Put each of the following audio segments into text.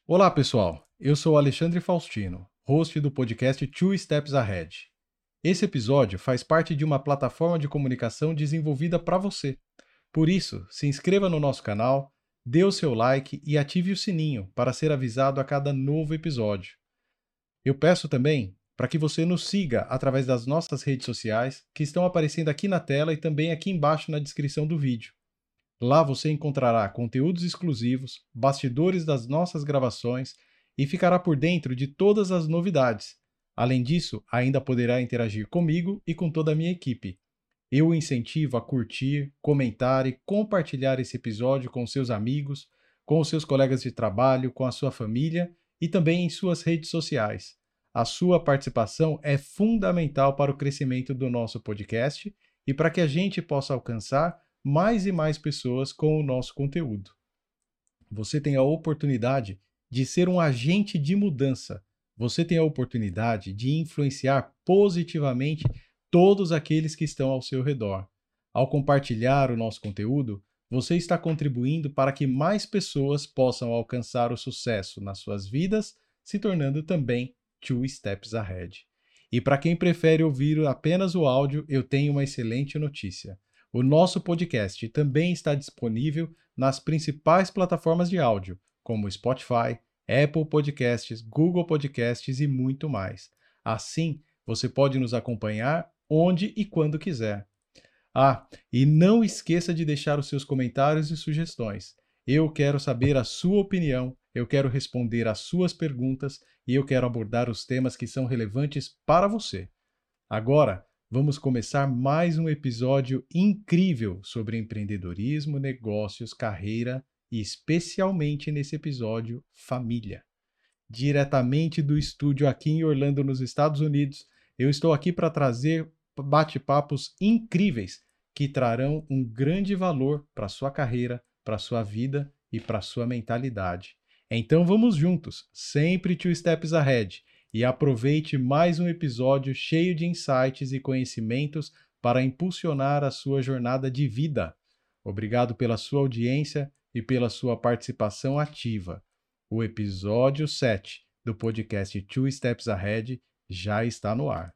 Olá, pessoal. Eu sou Alexandre Faustino, host do podcast Two Steps Ahead. Esse episódio faz parte de uma plataforma de comunicação desenvolvida para você. Por isso, se inscreva no nosso canal, dê o seu like e ative o sininho para ser avisado a cada novo episódio. Eu peço também para que você nos siga através das nossas redes sociais, que estão aparecendo aqui na tela e também aqui embaixo na descrição do vídeo. Lá você encontrará conteúdos exclusivos, bastidores das nossas gravações e ficará por dentro de todas as novidades. Além disso, ainda poderá interagir comigo e com toda a minha equipe. Eu o incentivo a curtir, comentar e compartilhar esse episódio com seus amigos, com os seus colegas de trabalho, com a sua família e também em suas redes sociais. A sua participação é fundamental para o crescimento do nosso podcast e para que a gente possa alcançar mais e mais pessoas com o nosso conteúdo. Você tem a oportunidade de ser um agente de mudança. Você tem a oportunidade de influenciar positivamente todos aqueles que estão ao seu redor. Ao compartilhar o nosso conteúdo, você está contribuindo para que mais pessoas possam alcançar o sucesso nas suas vidas, se tornando também Two Steps Ahead. E para quem prefere ouvir apenas o áudio, eu tenho uma excelente notícia. O nosso podcast também está disponível nas principais plataformas de áudio, como Spotify, Apple Podcasts, Google Podcasts e muito mais. Assim, você pode nos acompanhar onde e quando quiser. E não esqueça de deixar os seus comentários e sugestões. Eu quero saber a sua opinião, eu quero responder às suas perguntas e eu quero abordar os temas que são relevantes para você. Agora, vamos começar mais um episódio incrível sobre empreendedorismo, negócios, carreira e, especialmente nesse episódio, família. Diretamente do estúdio aqui em Orlando, nos Estados Unidos, eu estou aqui para trazer bate-papos incríveis que trarão um grande valor para a sua carreira, para a sua vida e para a sua mentalidade. Então vamos juntos, sempre two steps ahead, e aproveite mais um episódio cheio de insights e conhecimentos para impulsionar a sua jornada de vida. Obrigado pela sua audiência e pela sua participação ativa. O episódio 7 do podcast Two Steps Ahead já está no ar.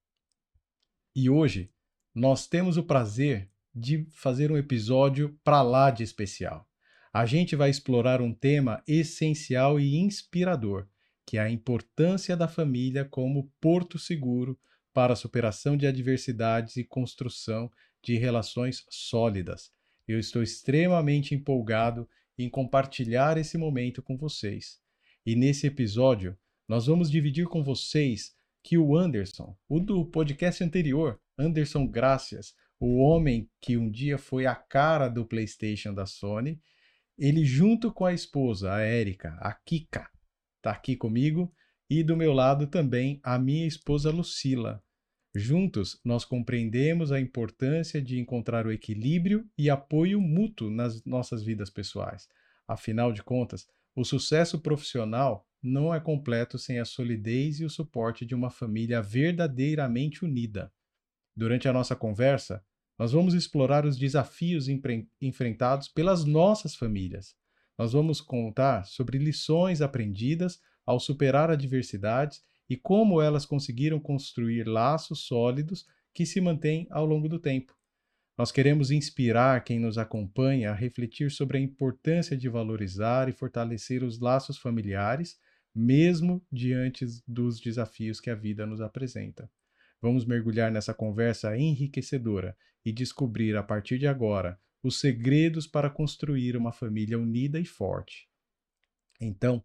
E hoje nós temos o prazer de fazer um episódio para lá de especial. A gente vai explorar um tema essencial e inspirador, que é a importância da família como porto seguro para a superação de adversidades e construção de relações sólidas. Eu estou extremamente empolgado em compartilhar esse momento com vocês. E nesse episódio, nós vamos dividir com vocês que o Anderson, o do podcast anterior, Anderson Gracias, o homem que um dia foi a cara do PlayStation da Sony, ele junto com a esposa, a Érica, a Kika, está aqui comigo, e do meu lado também a minha esposa Lucila. Juntos, nós compreendemos a importância de encontrar o equilíbrio e apoio mútuo nas nossas vidas pessoais. Afinal de contas, o sucesso profissional não é completo sem a solidez e o suporte de uma família verdadeiramente unida. Durante a nossa conversa, nós vamos explorar os desafios enfrentados pelas nossas famílias. Nós vamos contar sobre lições aprendidas ao superar adversidades e como elas conseguiram construir laços sólidos que se mantêm ao longo do tempo. Nós queremos inspirar quem nos acompanha a refletir sobre a importância de valorizar e fortalecer os laços familiares, mesmo diante dos desafios que a vida nos apresenta. Vamos mergulhar nessa conversa enriquecedora e descobrir, a partir de agora, os segredos para construir uma família unida e forte. Então,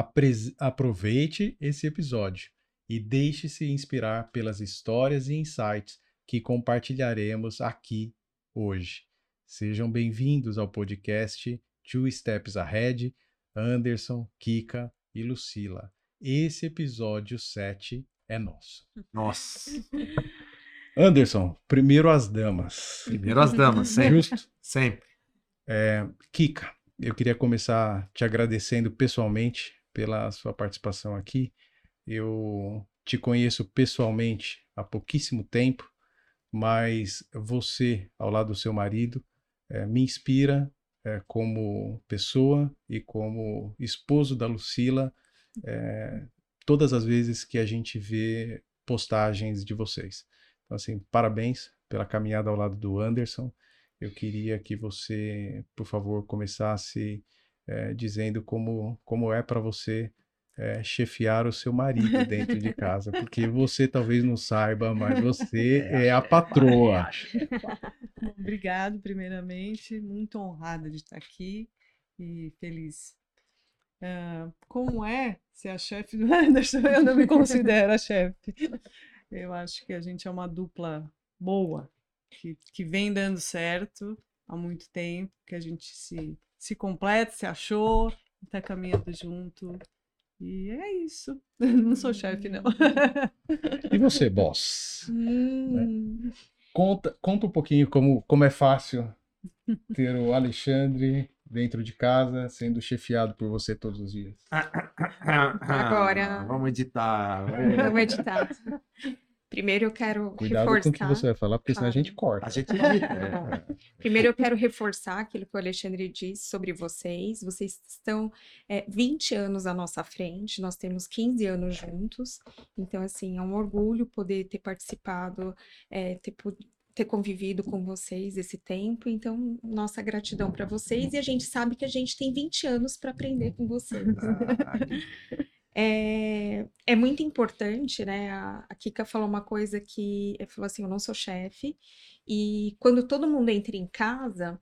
aproveite esse episódio e deixe-se inspirar pelas histórias e insights que compartilharemos aqui hoje. Sejam bem-vindos ao podcast Two Steps Ahead, Anderson, Kika e Lucila. Esse episódio 7 é nosso. Nossa. Anderson, primeiro as damas. Primeiro as damas, sempre. Justo? Sempre. Kika, eu queria começar te agradecendo pessoalmente pela sua participação aqui. Eu te conheço pessoalmente há pouquíssimo tempo, mas você, ao lado do seu marido, me inspira como pessoa e como esposo da Lucila, todas as vezes que a gente vê postagens de vocês. Então, assim, parabéns pela caminhada ao lado do Anderson. Eu queria que você, por favor, começasse dizendo como é para você chefiar o seu marido dentro de casa, porque você talvez não saiba, mas você é a patroa. Obrigado, primeiramente. Muito honrada de estar aqui e feliz. Como é ser a chefe do Anderson? Eu não me considero a chefe. Eu acho que a gente é uma dupla boa, que vem dando certo há muito tempo, que a gente se completa, se achou, está caminhando junto. E é isso. Não sou chefe, não. E você, boss? Né? Conta um pouquinho como é fácil ter o Alexandre dentro de casa, sendo chefiado por você todos os dias. Agora. Vamos editar. Vamos editar. Primeiro eu quero Cuidado reforçar. com o que você vai falar, porque senão a gente corta. A gente edita. Primeiro eu quero reforçar aquilo que o Alexandre disse sobre vocês. Vocês estão 20 anos à nossa frente, nós temos 15 anos juntos. Então, assim, é um orgulho poder ter participado, ter convivido com vocês esse tempo. Então, nossa gratidão para vocês. E a gente sabe que a gente tem 20 anos para aprender com vocês. É muito importante, né? A Kika falou uma coisa que falou assim: eu não sou chefe, e quando todo mundo entra em casa,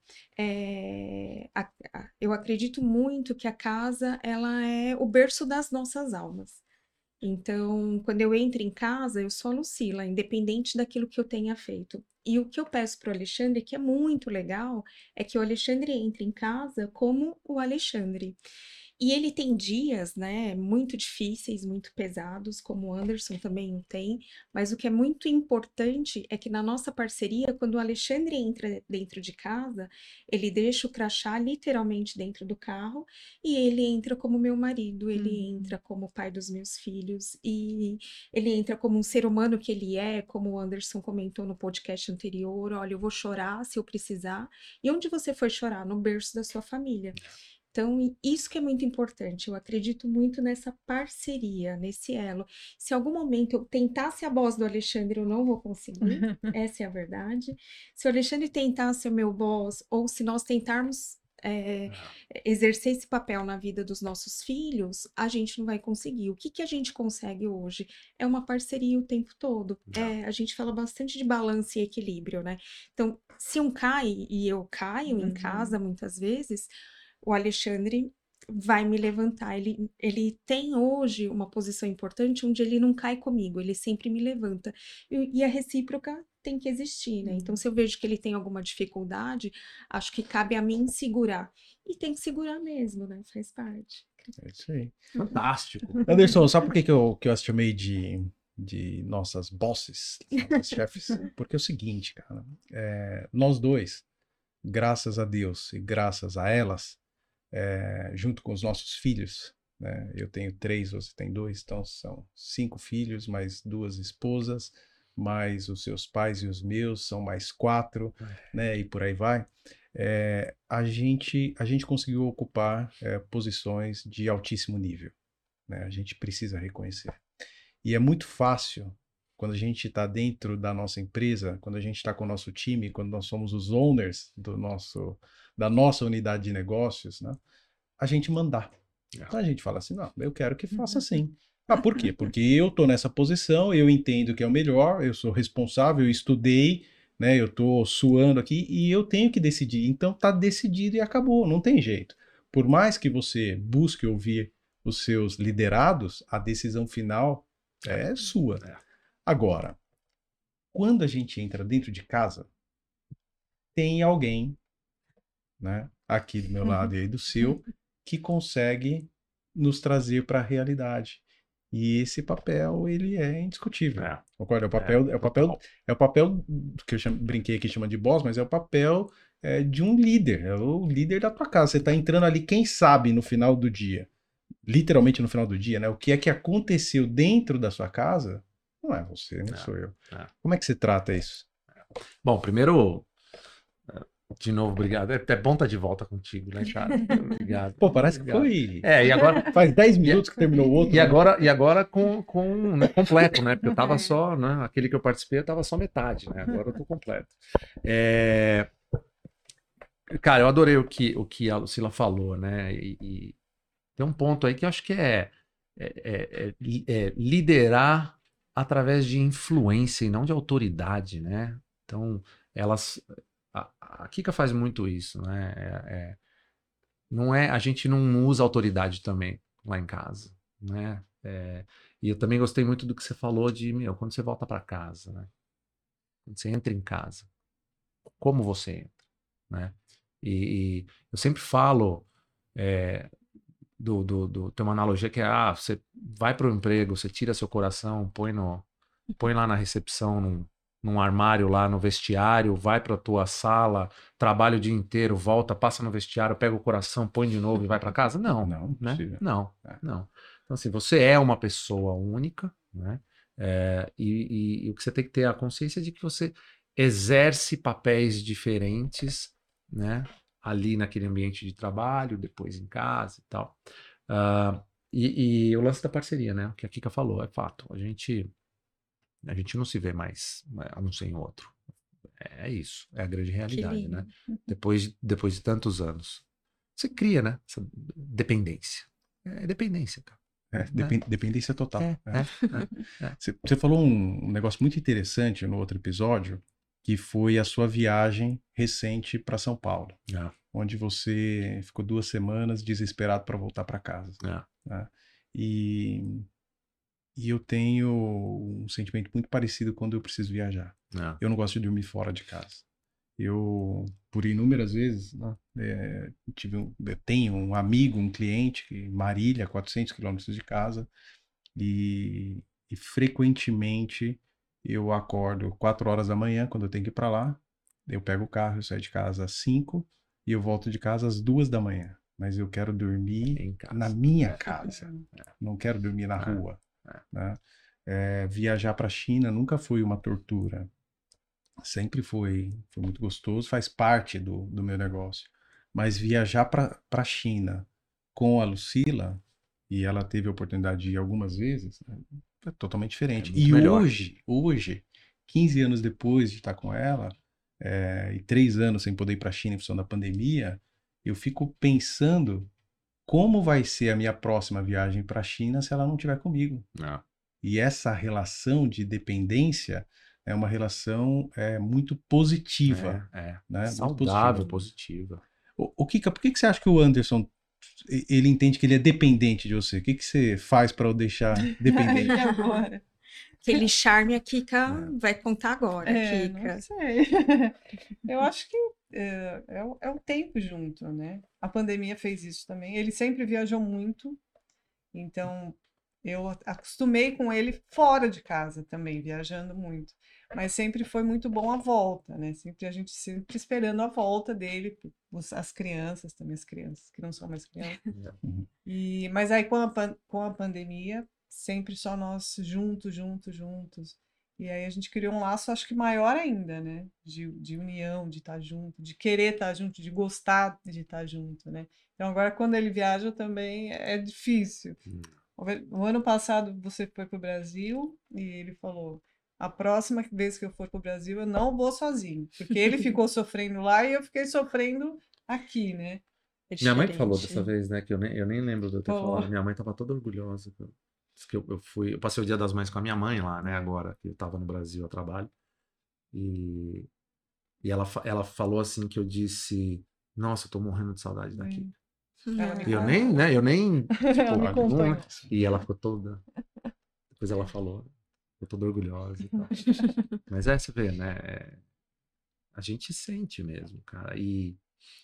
eu acredito muito que a casa ela é o berço das nossas almas. Então, quando eu entro em casa, eu sou a Lucila, independente daquilo que eu tenha feito. E o que eu peço para o Alexandre, que é muito legal, é que o Alexandre entre em casa como o Alexandre. E ele tem dias, né, muito difíceis, muito pesados, como o Anderson também tem, mas o que é muito importante é que na nossa parceria, quando o Alexandre entra dentro de casa, ele deixa o crachá literalmente dentro do carro e ele entra como meu marido, ele entra como pai dos meus filhos e ele entra como um ser humano que ele é, como o Anderson comentou no podcast anterior: olha, eu vou chorar se eu precisar. E onde você foi chorar? No berço da sua família. Então, isso que é muito importante. Eu acredito muito nessa parceria, nesse elo. Se em algum momento eu tentasse a boss do Alexandre, eu não vou conseguir. Essa é a verdade. Se o Alexandre tentasse ser meu boss, ou se nós tentarmos exercer esse papel na vida dos nossos filhos, a gente não vai conseguir. O que a gente consegue hoje? É uma parceria o tempo todo. A gente fala bastante de balanço e equilíbrio, né? Então, se um cai e eu caio em casa muitas vezes, o Alexandre vai me levantar. Ele tem hoje uma posição importante onde ele não cai comigo, ele sempre me levanta. E a recíproca tem que existir, né? Então, se eu vejo que ele tem alguma dificuldade, acho que cabe a mim segurar. E tem que segurar mesmo, né? Faz parte. É isso aí. Fantástico. Anderson, sabe por que eu as chamei de nossas bosses, nossas chefes? Porque é o seguinte, cara, nós dois, graças a Deus e graças a elas, junto com os nossos filhos, né? Eu tenho 3, você tem 2, então são 5 filhos, mais 2 esposas, mais os seus pais e os meus, são mais 4, né? E por aí vai. A gente conseguiu ocupar posições de altíssimo nível, né? A gente precisa reconhecer. E é muito fácil, quando a gente está dentro da nossa empresa, quando a gente está com o nosso time, quando nós somos os owners da nossa unidade de negócios, né? A gente mandar. Então a gente fala assim: não, eu quero que faça assim. Ah, por quê? Porque eu estou nessa posição, eu entendo que é o melhor, eu sou responsável, eu estudei, né? Eu estou suando aqui e eu tenho que decidir. Então tá decidido e acabou, não tem jeito. Por mais que você busque ouvir os seus liderados, a decisão final é sua. Agora, quando a gente entra dentro de casa, tem alguém, né, aqui do meu lado e aí do seu, que consegue nos trazer para a realidade. E esse papel, ele é indiscutível. Concorda? É o papel que eu brinquei aqui, chama de boss, mas é o papel de um líder. É o líder da tua casa. Você está entrando ali, quem sabe, no final do dia, literalmente no final do dia, né? O que é que aconteceu dentro da sua casa, não é você, não sou eu. Como é que você trata isso? Bom, primeiro, De novo, obrigado. É bom estar de volta contigo, né, cara? Obrigado. Pô, parece que Obrigado. foi. E agora. Faz 10 minutos que terminou o outro. E né? agora né, completo, né? Porque eu tava só, né? Aquele que eu participei, eu tava só metade, né? Agora eu tô completo. Cara, eu adorei o que a Lucila falou, né? E tem um ponto aí que eu acho que é liderar através de influência e não de autoridade, né? Então, a Kika faz muito isso, né? Não é, a gente não usa autoridade também lá em casa, né? E eu também gostei muito do que você falou de, quando você volta para casa, né? Quando você entra em casa, como você entra, né? E eu sempre falo, tem uma analogia que você vai para o emprego, você tira seu coração, põe lá na recepção, num armário lá no vestiário, vai para tua sala, trabalha o dia inteiro, volta, passa no vestiário, pega o coração, põe de novo e vai para casa? Não, Não, né? possível. Não. Então, assim, você é uma pessoa única, né? E o que você tem que ter a consciência de que você exerce papéis diferentes, né? Ali naquele ambiente de trabalho, depois em casa e tal. E o lance da parceria, né? O que a Kika falou, é fato. A gente não se vê mais a não ser em outro. É isso, é a grande Que realidade, né? lindo. Depois de tantos anos. Você cria, né? Essa dependência. É dependência, cara. Dependência total. É. Você falou um negócio muito interessante no outro episódio, que foi a sua viagem recente para São Paulo, onde você ficou 2 semanas desesperado para voltar para casa. Né? E eu tenho um sentimento muito parecido quando eu preciso viajar. Eu não gosto de dormir fora de casa. Eu, por inúmeras vezes, né, eu tenho um amigo, um cliente, Marília, 400 quilômetros de casa, e frequentemente eu acordo 4 horas da manhã, quando eu tenho que ir para lá, eu pego o carro, eu saio de casa às 5 e eu volto de casa às 2 da manhã. Mas eu quero dormir na minha casa, não quero dormir na rua. Né? Viajar para a China nunca foi uma tortura. Sempre foi muito gostoso, faz parte do meu negócio. Mas viajar para a China com a Lucila, e ela teve a oportunidade de ir algumas vezes, né, é totalmente diferente. muito E melhor. hoje, 15 anos depois de estar com ela, e 3 anos sem poder ir para a China em função da pandemia, eu fico pensando como vai ser a minha próxima viagem para a China se ela não estiver comigo. E essa relação de dependência é uma relação muito positiva. Né? Saudável, muito positiva. Kika, por que você acha que o Anderson ele entende que ele é dependente de você? O que você faz para o deixar dependente? E agora? Aquele charme a Kika vai contar agora, Não Kika. sei. Eu acho que é o tempo junto, né? A pandemia fez isso também. Ele sempre viajou muito, então eu acostumei com ele fora de casa também, viajando muito. Mas sempre foi muito bom a volta, né? A gente sempre esperando a volta dele, as crianças também, as crianças que não são mais crianças. Mas aí com a pandemia, sempre só nós juntos. E aí a gente criou um laço, acho que maior ainda, né? De união, de estar junto, de querer estar junto, de gostar de estar junto, né? Então agora quando ele viaja também é difícil. O ano passado você foi para o Brasil e ele falou: a próxima vez que eu for para o Brasil eu não vou sozinho, porque ele ficou sofrendo lá e eu fiquei sofrendo aqui, né? É Minha mãe diferente. falou dessa vez, né? Que eu nem lembro de eu ter Falou. falado. Minha mãe tava toda orgulhosa. Diz que eu passei o Dia das Mães com a minha mãe lá, né? Agora que eu tava no Brasil a trabalho. E ela falou assim que eu disse: Nossa, eu tô morrendo de saudade daqui. Ela me E eu contou. nem, eu nem, Ela me contou. E ela ficou toda. Depois ela falou, ficou toda orgulhosa e tal. Mas você vê, né? A gente sente mesmo, cara. E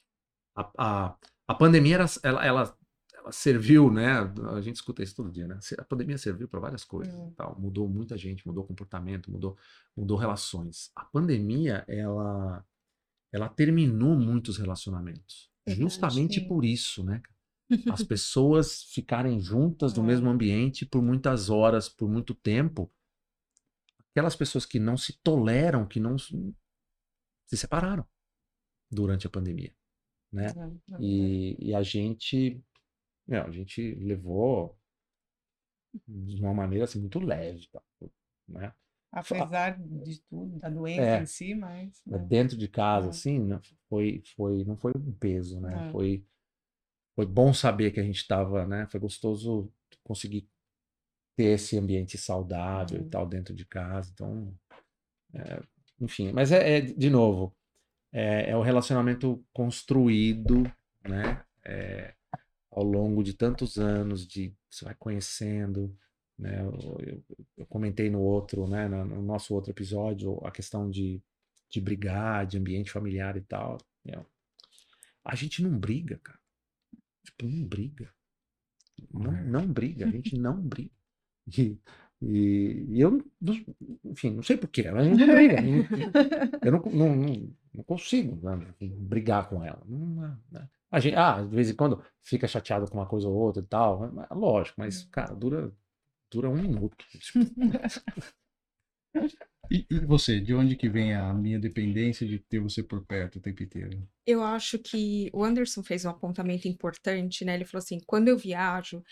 a pandemia, ela serviu, né? A gente escuta isso todo dia, né? A pandemia serviu para várias coisas. Tal. Mudou muita gente, mudou comportamento, mudou relações. A pandemia, ela terminou muitos relacionamentos. Justamente por isso, né? As pessoas ficarem juntas no mesmo ambiente por muitas horas, por muito tempo. Aquelas pessoas que não se toleram, que não se separaram. durante a pandemia, né? E a gente levou de uma maneira assim, muito leve, tá? Né? Apesar de tudo, da doença em si, mas... Dentro de casa, assim, não foi um peso, né? Foi bom saber que a gente estava, né? Foi gostoso conseguir ter esse ambiente saudável e tal dentro de casa. Então, enfim, mas de novo, é o relacionamento construído, né? Ao longo de tantos anos, você vai conhecendo, né? Eu comentei no outro, né? No nosso outro episódio, a questão de brigar, de ambiente familiar e tal. A gente não briga, cara. Tipo, não briga. Não briga, a gente não briga. E eu, enfim, não sei porquê, mas a gente não briga. Eu não consigo, né, brigar com ela. A gente, de vez em quando fica chateado com uma coisa ou outra e tal. Lógico, mas, cara, dura 1 minuto. E você, de onde que vem a minha dependência de ter você por perto o tempo inteiro? Eu acho que o Anderson fez um apontamento importante, né? Ele falou assim: quando eu viajo,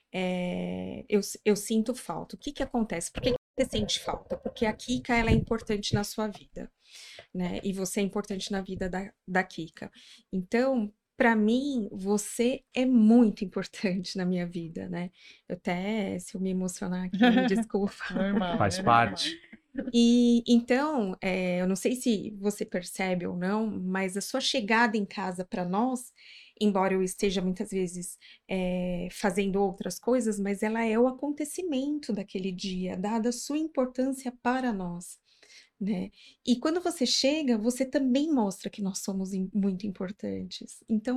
eu sinto falta. O que que acontece? Por que você sente falta? Porque a Kika, ela é importante na sua vida, né? E você é importante na vida da Kika. Então, para mim, você é muito importante na minha vida, né? Se eu me emocionar aqui, me desculpa. Normal, Faz parte. E então, eu não sei se você percebe ou não, mas a sua chegada em casa para nós, embora eu esteja muitas vezes fazendo outras coisas, mas ela é o acontecimento daquele dia, dada a sua importância para nós, né? E quando você chega, você também mostra que nós somos muito importantes. Então,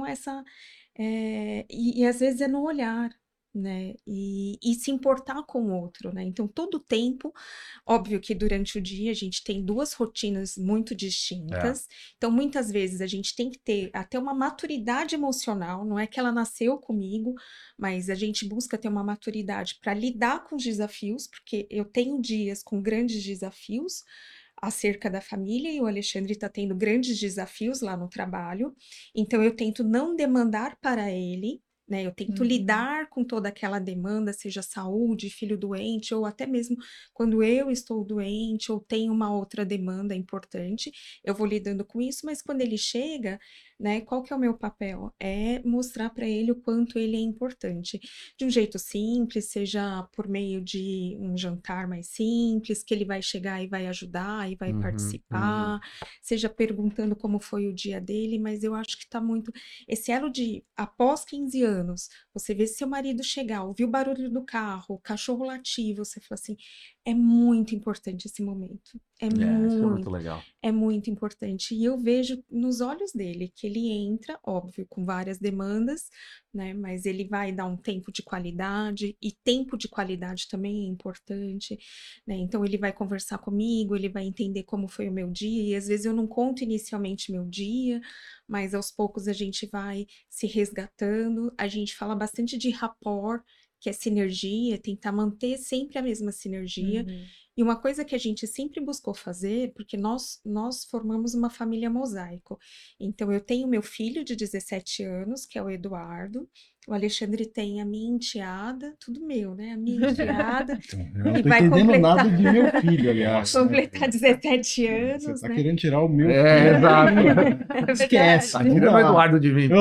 e às vezes é no olhar, né? E se importar com o outro, né? Então, todo tempo, óbvio que durante o dia a gente tem 2 rotinas muito distintas. Então, muitas vezes a gente tem que ter até uma maturidade emocional, não é que ela nasceu comigo, mas a gente busca ter uma maturidade para lidar com os desafios, porque eu tenho dias com grandes desafios acerca da família e o Alexandre está tendo grandes desafios lá no trabalho, então eu tento não demandar para ele, né? Eu tento lidar com toda aquela demanda, seja saúde, filho doente, ou até mesmo quando eu estou doente ou tenho uma outra demanda importante, eu vou lidando com isso, mas quando ele chega, né, qual que é o meu papel? É mostrar para ele o quanto ele é importante, de um jeito simples, seja por meio de um jantar mais simples, que ele vai chegar e vai ajudar e vai participar, seja perguntando como foi o dia dele, mas eu acho que tá muito... Esse elo de, após 15 anos, você vê seu marido chegar, ouvir o barulho do carro, o cachorro latir, você fala assim, é muito importante esse momento. Isso é muito legal. É muito importante. E eu vejo nos olhos dele que ele entra, óbvio, com várias demandas, né? Mas ele vai dar um tempo de qualidade, e tempo de qualidade também é importante, né? Então ele vai conversar comigo, ele vai entender como foi o meu dia, e às vezes eu não conto inicialmente meu dia, mas aos poucos a gente vai se resgatando. A gente fala bastante de rapport, que é sinergia, tentar manter sempre a mesma sinergia. E uma coisa que a gente sempre buscou fazer, porque nós formamos uma família mosaico. Então, eu tenho meu filho de 17 anos, que é o Eduardo. O Alexandre tem a minha enteada, tudo meu, né? A minha enteada. Eu não tô entendendo nada de meu filho, aliás. Completar 17 anos, Você tá né? querendo tirar o meu filho. Exato. Esquece. Tá tirando o Eduardo de mim.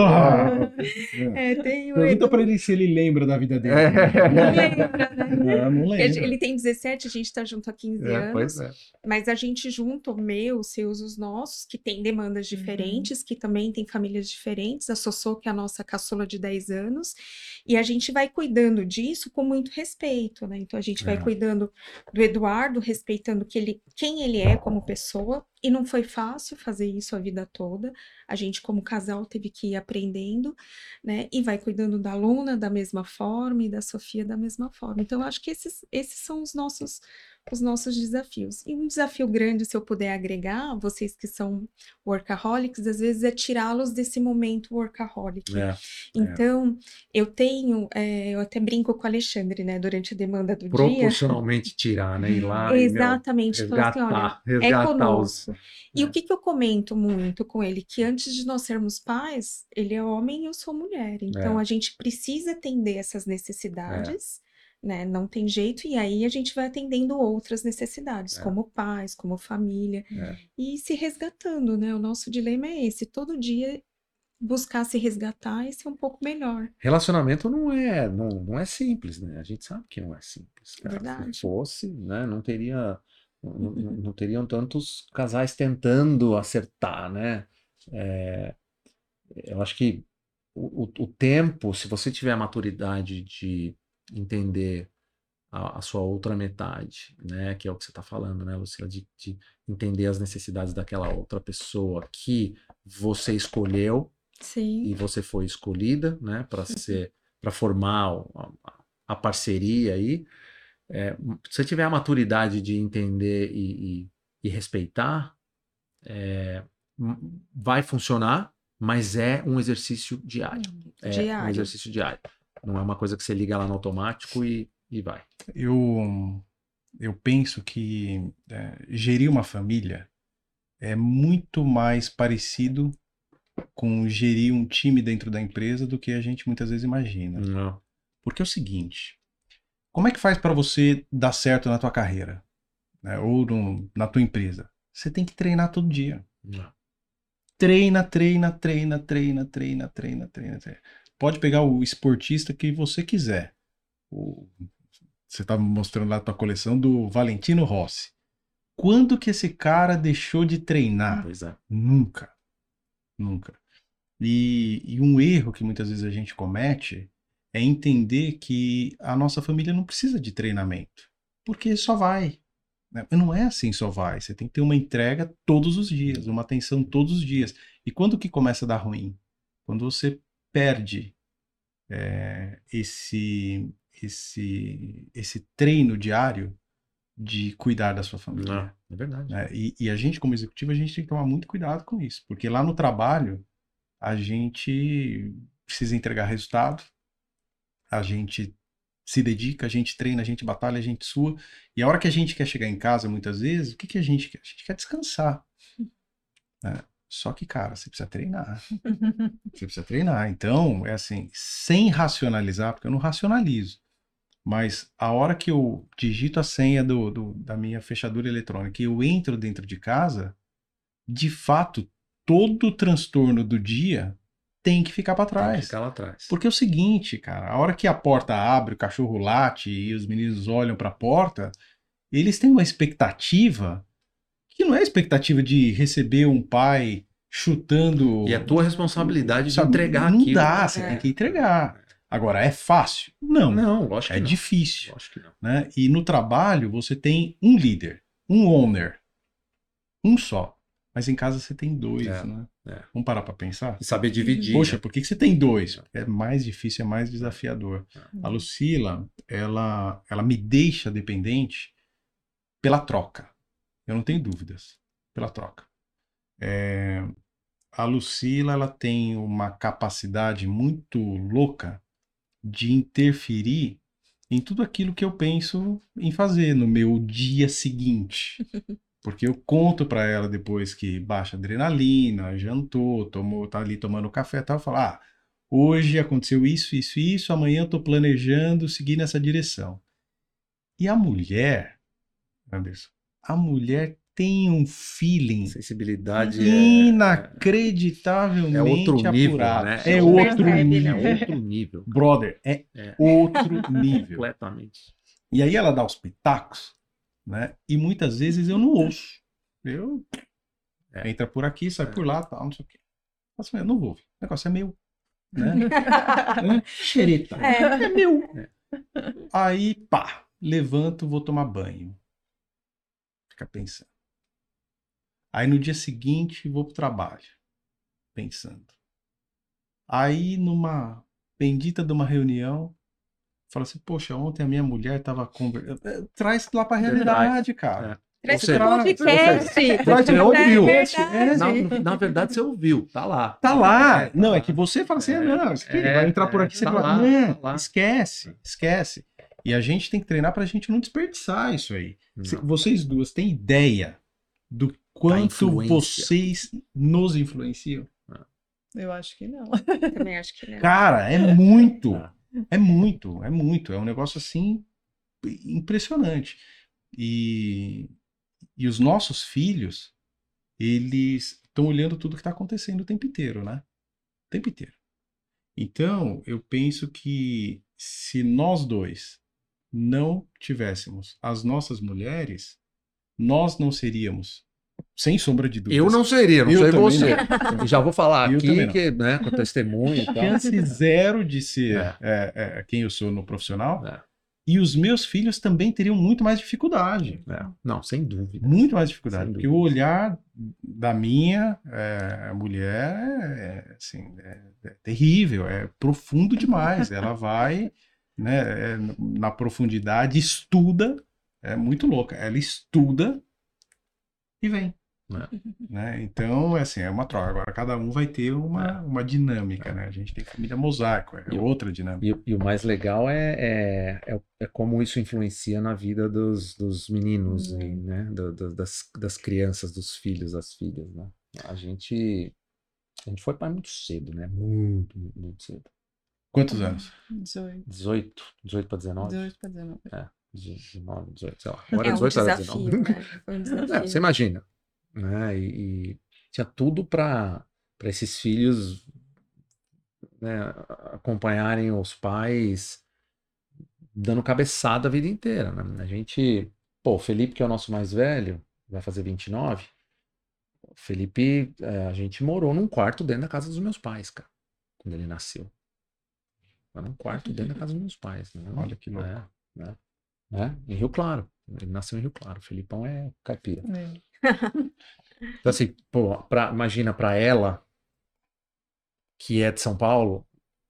Pergunta pra ele se ele lembra da vida dele. Não lembra, né? Não lembra. Ele tem 17, a gente tá junto há 15 anos. Pois é. Mas a gente junta o meu, os seus, os nossos, que tem demandas diferentes, que também tem famílias diferentes. A Sossô, que é a nossa caçula de 10 anos. E a gente vai cuidando disso com muito respeito, né? Então a gente vai cuidando do Eduardo, respeitando quem ele é como pessoa. E não foi fácil fazer isso a vida toda. A gente, como casal, teve que ir aprendendo, né? E vai cuidando da Luna da mesma forma e da Sofia da mesma forma. Então, eu acho que esses são os nossos desafios. E um desafio grande, se eu puder agregar, vocês que são workaholics, às vezes é tirá-los desse momento workaholic. Então, eu até brinco com o Alexandre, né? Durante a demanda do dia. Proporcionalmente tirar, né? Ir lá Exatamente. e resgatar É conosco. E o que eu comento muito com ele? Que antes de nós sermos pais, ele é homem e eu sou mulher. Então, a gente precisa atender essas necessidades, né? Não tem jeito. E aí a gente vai atendendo outras necessidades, como pais, como família. E se resgatando, né? O nosso dilema é esse. Todo dia buscar se resgatar e ser um pouco melhor. Relacionamento não é simples, né? A gente sabe que não é simples, cara. Verdade. Se fosse, né, não teriam tantos casais tentando acertar, né? Eu acho que o tempo, se você tiver a maturidade de entender a sua outra metade, né? Que é o que você está falando, né, Lucila? De entender as necessidades daquela outra pessoa que você escolheu, Sim. e você foi escolhida, né, para formar a parceria aí. Se você tiver a maturidade de entender e respeitar, vai funcionar, mas é um exercício diário. Um exercício diário. Não é uma coisa que você liga lá no automático e vai. Eu penso que gerir uma família é muito mais parecido com gerir um time dentro da empresa do que a gente muitas vezes imagina. Não. Porque é o seguinte, como é que faz para você dar certo na tua carreira? Né? Ou na tua empresa? Você tem que treinar todo dia. Não. Treina. Pode pegar o esportista que você quiser. Você está mostrando lá a tua coleção do Valentino Rossi. Quando que esse cara deixou de treinar? Pois é. Nunca. E um erro que muitas vezes a gente comete é entender que a nossa família não precisa de treinamento, porque só vai. Né? Não é assim, só vai. Você tem que ter uma entrega todos os dias, uma atenção todos os dias. E quando que começa a dar ruim? Quando você perde esse treino diário de cuidar da sua família. É verdade. E a gente, como executivo, a gente tem que tomar muito cuidado com isso, porque lá no trabalho a gente precisa entregar resultado, a gente se dedica, a gente treina, a gente batalha, a gente sua, e a hora que a gente quer chegar em casa, muitas vezes, o que a gente quer? A gente quer descansar. Né? Só que, cara, você precisa treinar. Você precisa treinar. Então, é assim, sem racionalizar, porque eu não racionalizo, mas a hora que eu digito a senha da minha fechadura eletrônica e eu entro dentro de casa, de fato, todo o transtorno do dia tem que ficar para trás. Tem que ficar lá atrás. Porque é o seguinte, cara, a hora que a porta abre, o cachorro late e os meninos olham para a porta, eles têm uma expectativa que não é a expectativa de receber um pai chutando... E é a tua responsabilidade de sabe, entregar não aquilo. Não dá, você tem que entregar. Agora, é fácil? Não. Não, lógico que não. É difícil. Lógico que não. Né? E no trabalho você tem um líder, um owner, um só. Mas em casa você tem dois, né? Vamos parar para pensar? E saber dividir. Poxa, por que você tem dois? É mais difícil, é mais desafiador. A Lucila, ela me deixa dependente pela troca. Eu não tenho dúvidas. Pela troca. A Lucila, ela tem uma capacidade muito louca de interferir em tudo aquilo que eu penso em fazer no meu dia seguinte. Porque eu conto para ela depois que baixa adrenalina, jantou, tá ali tomando café e tal, eu falo, hoje aconteceu isso, amanhã eu tô planejando seguir nessa direção. E a mulher, Anderson, a mulher tem um feeling sensibilidade inacreditavelmente outro nível, apurado. Né? É outro nível. É outro nível. Brother, outro nível. Completamente. E aí ela dá os pitacos, né? E muitas vezes eu não ouço. Entra por aqui, sai por lá, tal, não sei o quê. Eu não vou ouvir. O negócio é meu. Né? Xereta. É meu. Aí, pá, levanto, vou tomar banho. Fica pensando. Aí no dia seguinte vou pro trabalho. Pensando. Aí numa bendita de uma reunião, fala assim, poxa, ontem a minha mulher tava conversando. Traz lá pra realidade, cara. Traz pro podcast. Você ouviu. Na verdade, você ouviu. Tá lá. Tá lá. Não, é que você fala assim, não, vai entrar por aqui, você fala, não, esquece. E a gente tem que treinar pra gente não desperdiçar isso aí. Vocês duas têm ideia do quanto influência. vocês nos influenciam? Eu acho que não. Também acho que não. Cara, é muito. É muito, é muito. É um negócio assim impressionante. E os nossos filhos, eles estão olhando tudo que está acontecendo o tempo inteiro, né? O tempo inteiro. Então, eu penso que se nós dois não tivéssemos as nossas mulheres, nós não seríamos, sem sombra de dúvidas. Eu não seria, não Eu sei também você. não. E já vou falar Eu também aqui, não. que, né, com testemunho e tal. Chance zero de ser É. quem eu sou no profissional. É, E os meus filhos também teriam muito mais dificuldade. é. Não, sem dúvida. Muito mais dificuldade. Sem Porque o dúvida. olhar da minha mulher assim, é terrível, é profundo demais. Ela vai, né, na profundidade, estuda, é muito louca. Ela estuda e vem. Né? Então, assim, é uma troca. Agora, cada um vai ter uma dinâmica, né? A gente tem família mosaico, é outra dinâmica. E o mais legal é como isso influencia na vida dos meninos, né? Das crianças, dos filhos, das filhas, né? A gente foi pai muito cedo, né? Muito, muito, muito cedo. Quantos anos? 18. 18 para 19? 18 para 19. 19, 18, sei lá. Agora É um 18 era desafio, 19. né? Foi um desafio. Você imagina, né? E tinha tudo para esses filhos, né, acompanharem os pais dando cabeçada a vida inteira, né? A gente, o Felipe, que é o nosso mais velho, vai fazer 29. O Felipe, a gente morou num quarto dentro da casa dos meus pais, cara, quando ele nasceu. Foi num quarto dentro da casa dos meus pais, né? Olha que louco. Em Rio Claro. Ele nasceu em Rio Claro. O Felipão é caipira. Então, assim, imagina para ela, que é de São Paulo,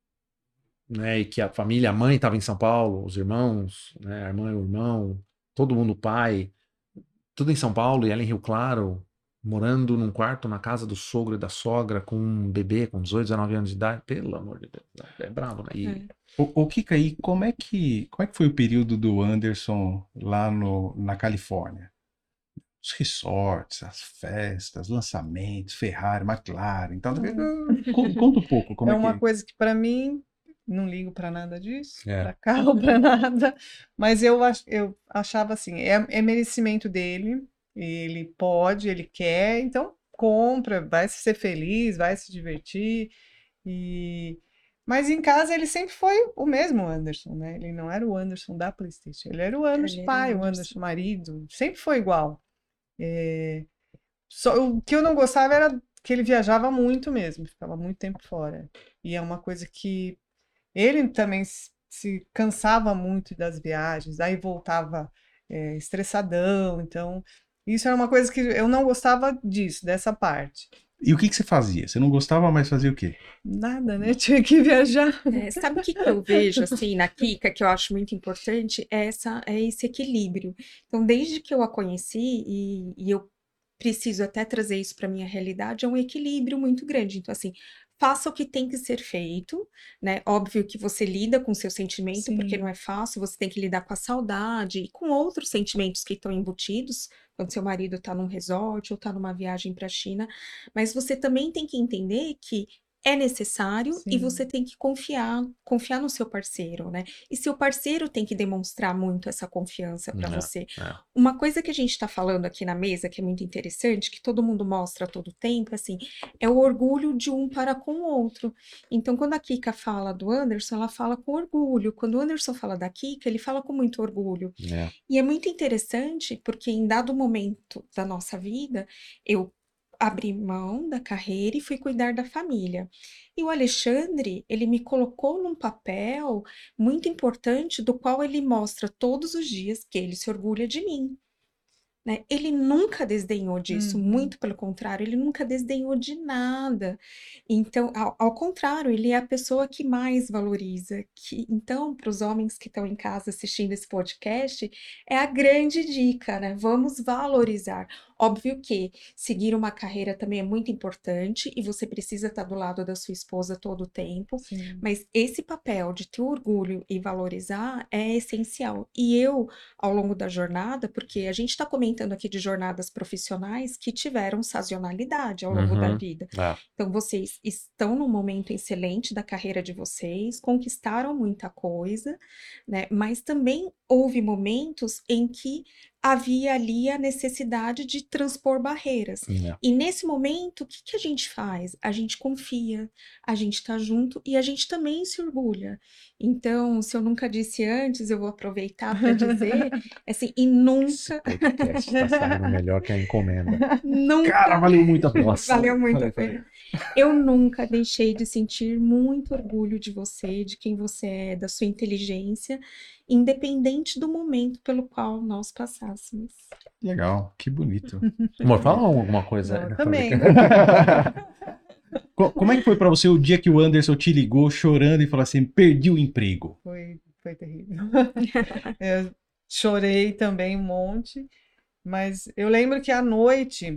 né, e que a família, a mãe estava em São Paulo, os irmãos, né, a irmã e o irmão, todo mundo pai, tudo em São Paulo, e ela em Rio Claro, morando num quarto na casa do sogro e da sogra, com um bebê com 18, 19 anos de idade, pelo amor de Deus, é bravo, né? E, O Kika, aí, como é que foi o período do Anderson lá na Califórnia? Os resorts, as festas, lançamentos, Ferrari, McLaren, então, conta um pouco como É é uma que... coisa que para mim não ligo para nada disso, É. para carro, para nada, mas eu achava assim, é merecimento dele, ele pode, ele quer, então compra, vai ser feliz, vai se divertir, mas em casa ele sempre foi o mesmo Anderson, né? Ele não era o Anderson da PlayStation, ele era o Anderson Ele era pai, o o Anderson. Anderson marido, sempre foi igual. Só, o que eu não gostava era que ele viajava muito mesmo, ficava muito tempo fora. E é uma coisa que ele também se cansava muito das viagens, aí voltava estressadão. Então, isso era uma coisa que eu não gostava disso, dessa parte. E o que você fazia? Você não gostava, mas fazia o quê? Nada, né? Tinha que viajar. Sabe o que eu vejo assim na Kika, que eu acho muito importante? É esse equilíbrio. Então, desde que eu a conheci, e eu preciso até trazer isso para minha realidade, é um equilíbrio muito grande. Então, assim, faça o que tem que ser feito, né? Óbvio que você lida com o seu sentimento, porque Sim. não é fácil, você tem que lidar com a saudade e com outros sentimentos que estão embutidos, quando seu marido está num resort ou está numa viagem para a China, mas você também tem que entender que é necessário e Sim. você tem que confiar no seu parceiro, né? E seu parceiro tem que demonstrar muito essa confiança para você. Uma coisa que a gente está falando aqui na mesa, que é muito interessante, que todo mundo mostra a todo tempo, assim, é o orgulho de um para com o outro. Então, quando a Kika fala do Anderson, ela fala com orgulho. Quando o Anderson fala da Kika, ele fala com muito orgulho. E é muito interessante, porque em dado momento da nossa vida, eu abri mão da carreira e fui cuidar da família. E o Alexandre, ele me colocou num papel muito importante, do qual ele mostra todos os dias que ele se orgulha de mim. Né? Ele nunca desdenhou disso, muito pelo contrário, ele nunca desdenhou de nada. Então, ao contrário, ele é a pessoa que mais valoriza. Então, para os homens que estão em casa assistindo esse podcast, é a grande dica, né? Vamos valorizar. Óbvio que seguir uma carreira também é muito importante e você precisa estar do lado da sua esposa todo o tempo, Sim. mas esse papel de ter orgulho e valorizar é essencial. E eu, ao longo da jornada, porque a gente está comentando aqui de jornadas profissionais que tiveram sazonalidade ao longo da Uhum. vida. É. Então, vocês estão num momento excelente da carreira de vocês, conquistaram muita coisa, né? Mas também houve momentos em que havia ali a necessidade de transpor barreiras. É. E nesse momento, o que que a gente faz? A gente confia, a gente está junto e a gente também se orgulha. Então, se eu nunca disse antes, eu vou aproveitar para dizer, assim, e Esse nunca, podcast tá saindo melhor que a encomenda. Cara, nunca valeu muito a pena. Nossa. valeu muito a Falei. pena. Eu nunca deixei de sentir muito orgulho de você, de quem você é, da sua inteligência, independente do momento pelo qual nós passássemos. Legal, que bonito. Amor, fala alguma coisa. Não, Tô também. brincando. Como é que foi pra você o dia que o Anderson te ligou chorando e falou assim, perdi o emprego? Foi terrível. Eu chorei também um monte, mas eu lembro que à noite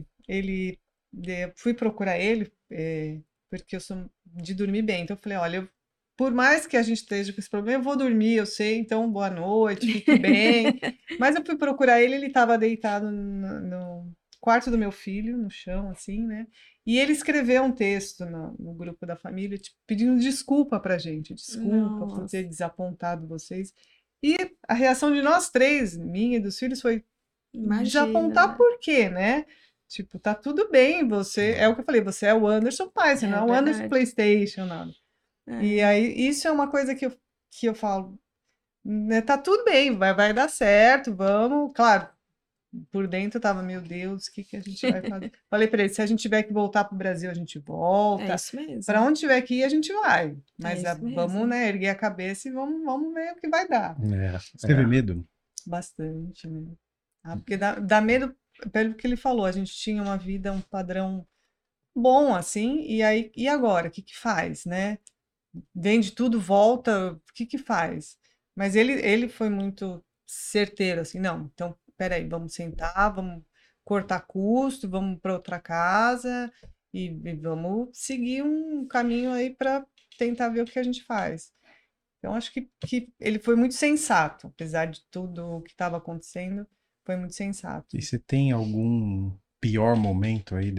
fui procurar ele, porque eu sou de dormir bem. Então eu falei, olha, por mais que a gente esteja com esse problema, eu vou dormir, eu sei, então boa noite, fique bem. Mas eu fui procurar ele estava deitado no quarto do meu filho, no chão, assim, né? E ele escreveu um texto no grupo da família, tipo, pedindo desculpa pra gente, desculpa por ter Nossa, desapontado vocês. E a reação de nós três, minha e dos filhos, foi imagina, desapontar né? por quê, né? Tipo, tá tudo bem, você, é o que eu falei, você é o Anderson pai, você não É é o Anderson verdade. PlayStation, nada. E É, aí, isso é uma coisa que eu falo, né, tá tudo bem, vai dar certo, vamos. Claro, por dentro eu tava, meu Deus, o que que a gente vai fazer? Falei pra ele, se a gente tiver que voltar pro Brasil, a gente é volta. isso Pra mesmo. onde tiver que ir, a gente vai. É Mas isso vamos, mesmo. né, erguer a cabeça e vamos ver o que vai dar. Você teve É. medo? Bastante, né? Porque dá medo, pelo que ele falou, a gente tinha uma vida, um padrão bom, assim, e aí, e agora? O que que faz, né? Vende tudo, volta, o que que faz? Mas ele foi muito certeiro, assim, não, então, peraí, vamos sentar, vamos cortar custo, vamos para outra casa e vamos seguir um caminho aí para tentar ver o que a gente faz. Então, acho que ele foi muito sensato, apesar de tudo o que estava acontecendo, foi muito sensato. E você tem algum pior momento aí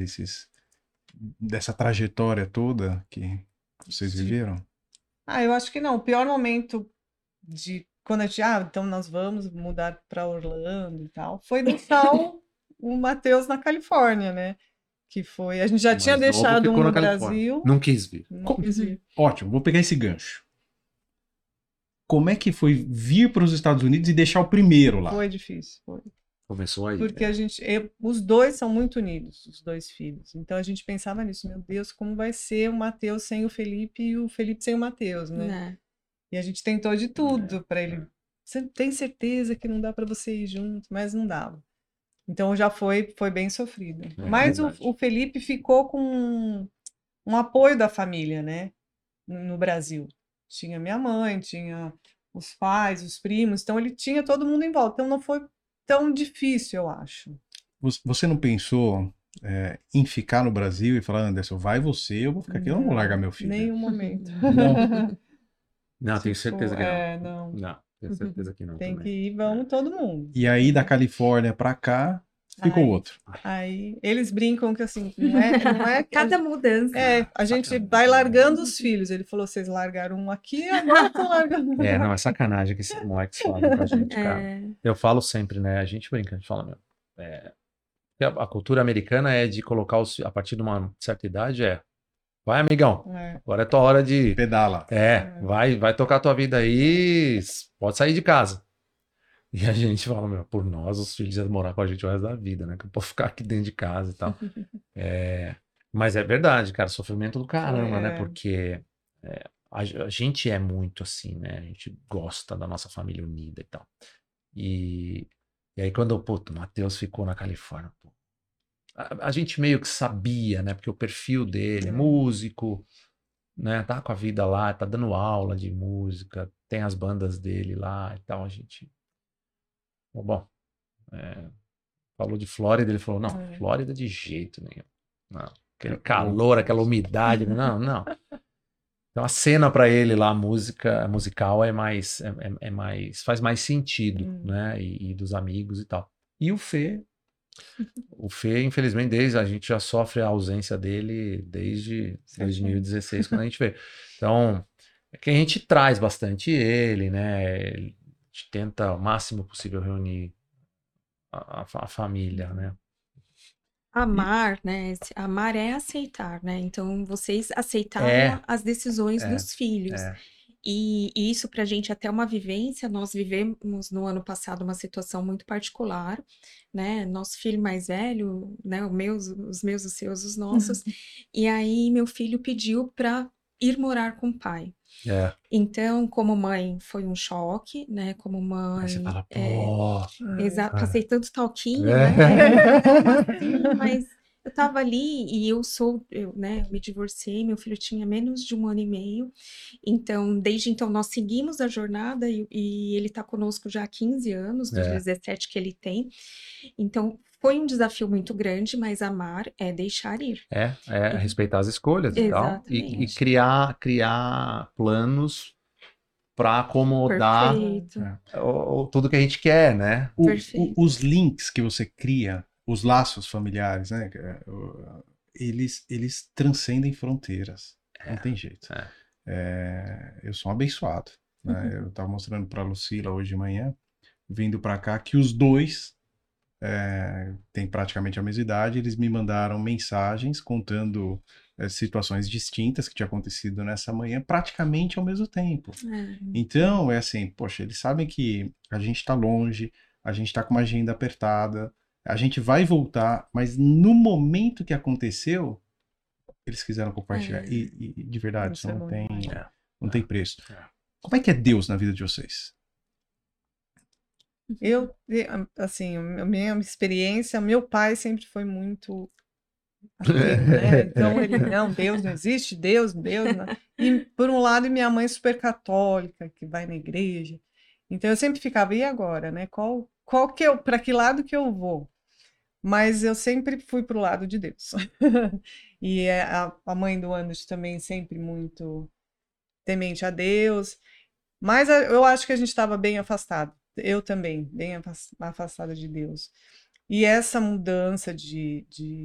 dessa trajetória toda que vocês De- viveram? eu acho que não. O pior momento de quando a gente, então nós vamos mudar para Orlando e tal, foi deixar o Matheus na Califórnia, né? Que foi, a gente já O tinha mais novo deixado um ficou no na Califórnia. Brasil, Não quis vir. não quis vir. Ótimo, vou pegar esse gancho. Como é que foi vir para os Estados Unidos e deixar o primeiro lá? Foi difícil, foi. Começou aí. Porque os dois são muito unidos, os dois filhos. Então a gente pensava nisso, meu Deus, como vai ser o Matheus sem o Felipe e o Felipe sem o Matheus, né? Né? E a gente tentou de tudo para ele. Você tem certeza que não dá para você ir junto, mas não dava. Então já foi bem sofrido. Mas verdade. o Felipe ficou com um apoio da família, né? No Brasil. Tinha minha mãe, tinha os pais, os primos, então ele tinha todo mundo em volta. Então não foi tão difícil, eu acho. Você não pensou em ficar no Brasil e falar, Anderson, vai você, eu vou ficar aqui, eu não vou largar meu filho. Nenhum momento. Não, tenho Tipo, certeza que não. não. Não, tenho certeza que não Tem também. que ir, vamos todo mundo. E aí da Califórnia pra cá, ficou Aí- outro. Aí eles brincam que assim, não é que Cada mudança. a gente Sacanagem. vai largando os filhos. Ele falou, vocês largaram um aqui, agora estão largando. É, não, é sacanagem que esses moleques fazem com a gente, cara. É, Eu falo sempre, né? A gente brinca, a gente fala, meu. A cultura americana é de colocar a partir de uma certa idade, vai, amigão, É. agora é tua hora de. Pedala. Vai tocar a tua vida aí, pode sair de casa. E a gente fala, meu, por nós, os filhos iam morar com a gente o resto da vida, né? Que eu posso ficar aqui dentro de casa e tal. Mas é verdade, cara, sofrimento do caramba, né? Porque a gente é muito assim, né? A gente gosta da nossa família unida e tal. E aí quando o Matheus ficou na Califórnia, pô, a gente meio que sabia, né? Porque o perfil dele, músico, né? Tá com a vida lá, tá dando aula de música, tem as bandas dele lá e tal, a gente... Bom, falou de Flórida, ele falou, não, É. Flórida de jeito nenhum. Não, aquele calor, aquela umidade, não, não. Então a cena para ele lá, a música musical é mais, faz mais sentido, né? E dos amigos e tal. E o Fê, infelizmente, a gente já sofre a ausência dele desde 2016, quando a gente vê. Então, é que a gente traz bastante ele, né? A gente tenta o máximo possível reunir a família, né? Amar, né? Amar é aceitar, né? Então, vocês aceitaram É, as decisões é, dos filhos. é. E isso pra gente é até uma vivência. Nós vivemos no ano passado uma situação muito particular, né? Nosso filho mais velho, né? Os meus, os seus, os nossos. E aí, meu filho pediu para ir morar com o pai. É. Então, como mãe, foi um choque, né? Como Aí você mãe, fala, pô. passei tanto talquinho, É. né? Mas eu tava ali e né, eu me divorciei, meu filho tinha menos de 1 ano e meio. Então, desde então, nós seguimos a jornada e ele tá conosco já há 15 anos, dos 17 que ele tem. Então, foi um desafio muito grande, mas amar é deixar ir. Respeitar as escolhas e tal. E Exatamente. criar planos para acomodar Perfeito. tudo que a gente quer, né? Perfeito. Os links que você cria, os laços familiares, né? Eles transcendem fronteiras. Não tem jeito. Eu sou um abençoado, né? Eu estava mostrando para a Lucila hoje de manhã, vindo para cá, que os dois têm praticamente a mesma idade. Eles me mandaram mensagens contando situações distintas que tinha acontecido nessa manhã, praticamente ao mesmo tempo. Então, é assim, poxa, eles sabem que a gente está longe, a gente está com uma agenda apertada, a gente vai voltar, mas no momento que aconteceu, eles quiseram compartilhar. E de verdade, isso não tem preço. Como é que é Deus na vida de vocês? Assim, a minha experiência, meu pai sempre foi muito ateu, né? Então ele, não, Deus não existe, Deus não. E por um lado, minha mãe super católica, que vai na igreja. Então eu sempre ficava, e agora, né? Para que lado que eu vou? Mas eu sempre fui pro lado de Deus. E a mãe do Anderson também sempre muito temente a Deus. Mas eu acho que a gente estava bem afastado. Eu também, bem afastada de Deus. E essa mudança de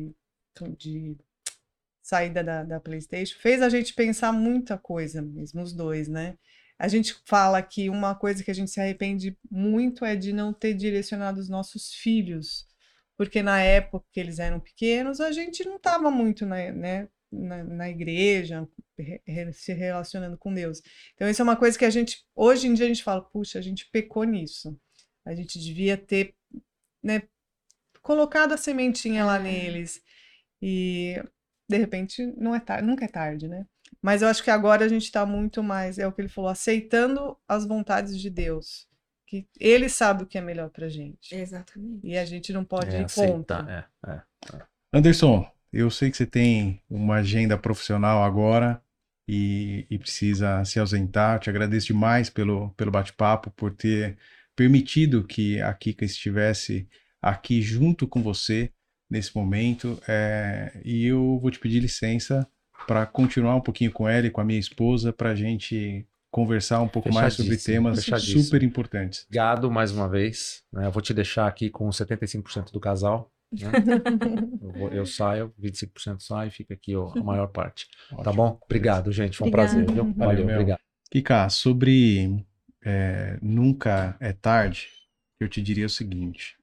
saída da PlayStation fez a gente pensar muita coisa mesmo, os dois, né? A gente fala que uma coisa que a gente se arrepende muito é de não ter direcionado os nossos filhos, porque na época que eles eram pequenos, a gente não estava muito na igreja, se relacionando com Deus. Então, isso é uma coisa que hoje em dia a gente fala, puxa, a gente pecou nisso. A gente devia ter, né, colocado a sementinha lá neles. E, de repente, nunca é tarde, né? Mas eu acho que agora a gente está muito mais, é o que ele falou, aceitando as vontades de Deus. Que ele sabe o que é melhor pra gente. Exatamente. E a gente não pode ir Aceitar, contra. Anderson, eu sei que você tem uma agenda profissional agora e precisa se ausentar. Te agradeço demais pelo bate-papo, por ter permitido que a Kika estivesse aqui junto com você nesse momento. E eu vou te pedir licença para continuar um pouquinho com ela e com a minha esposa para a gente conversar um pouco mais sobre temas super importantes. Obrigado mais uma vez, né? Eu vou te deixar aqui com 75% do casal. Né? Eu saio, 25% sai, fica aqui a maior parte. Ótimo. Tá bom? Obrigado, gente. Foi um prazer. Viu? Valeu, obrigado. Kika, sobre nunca é tarde, eu te diria o seguinte: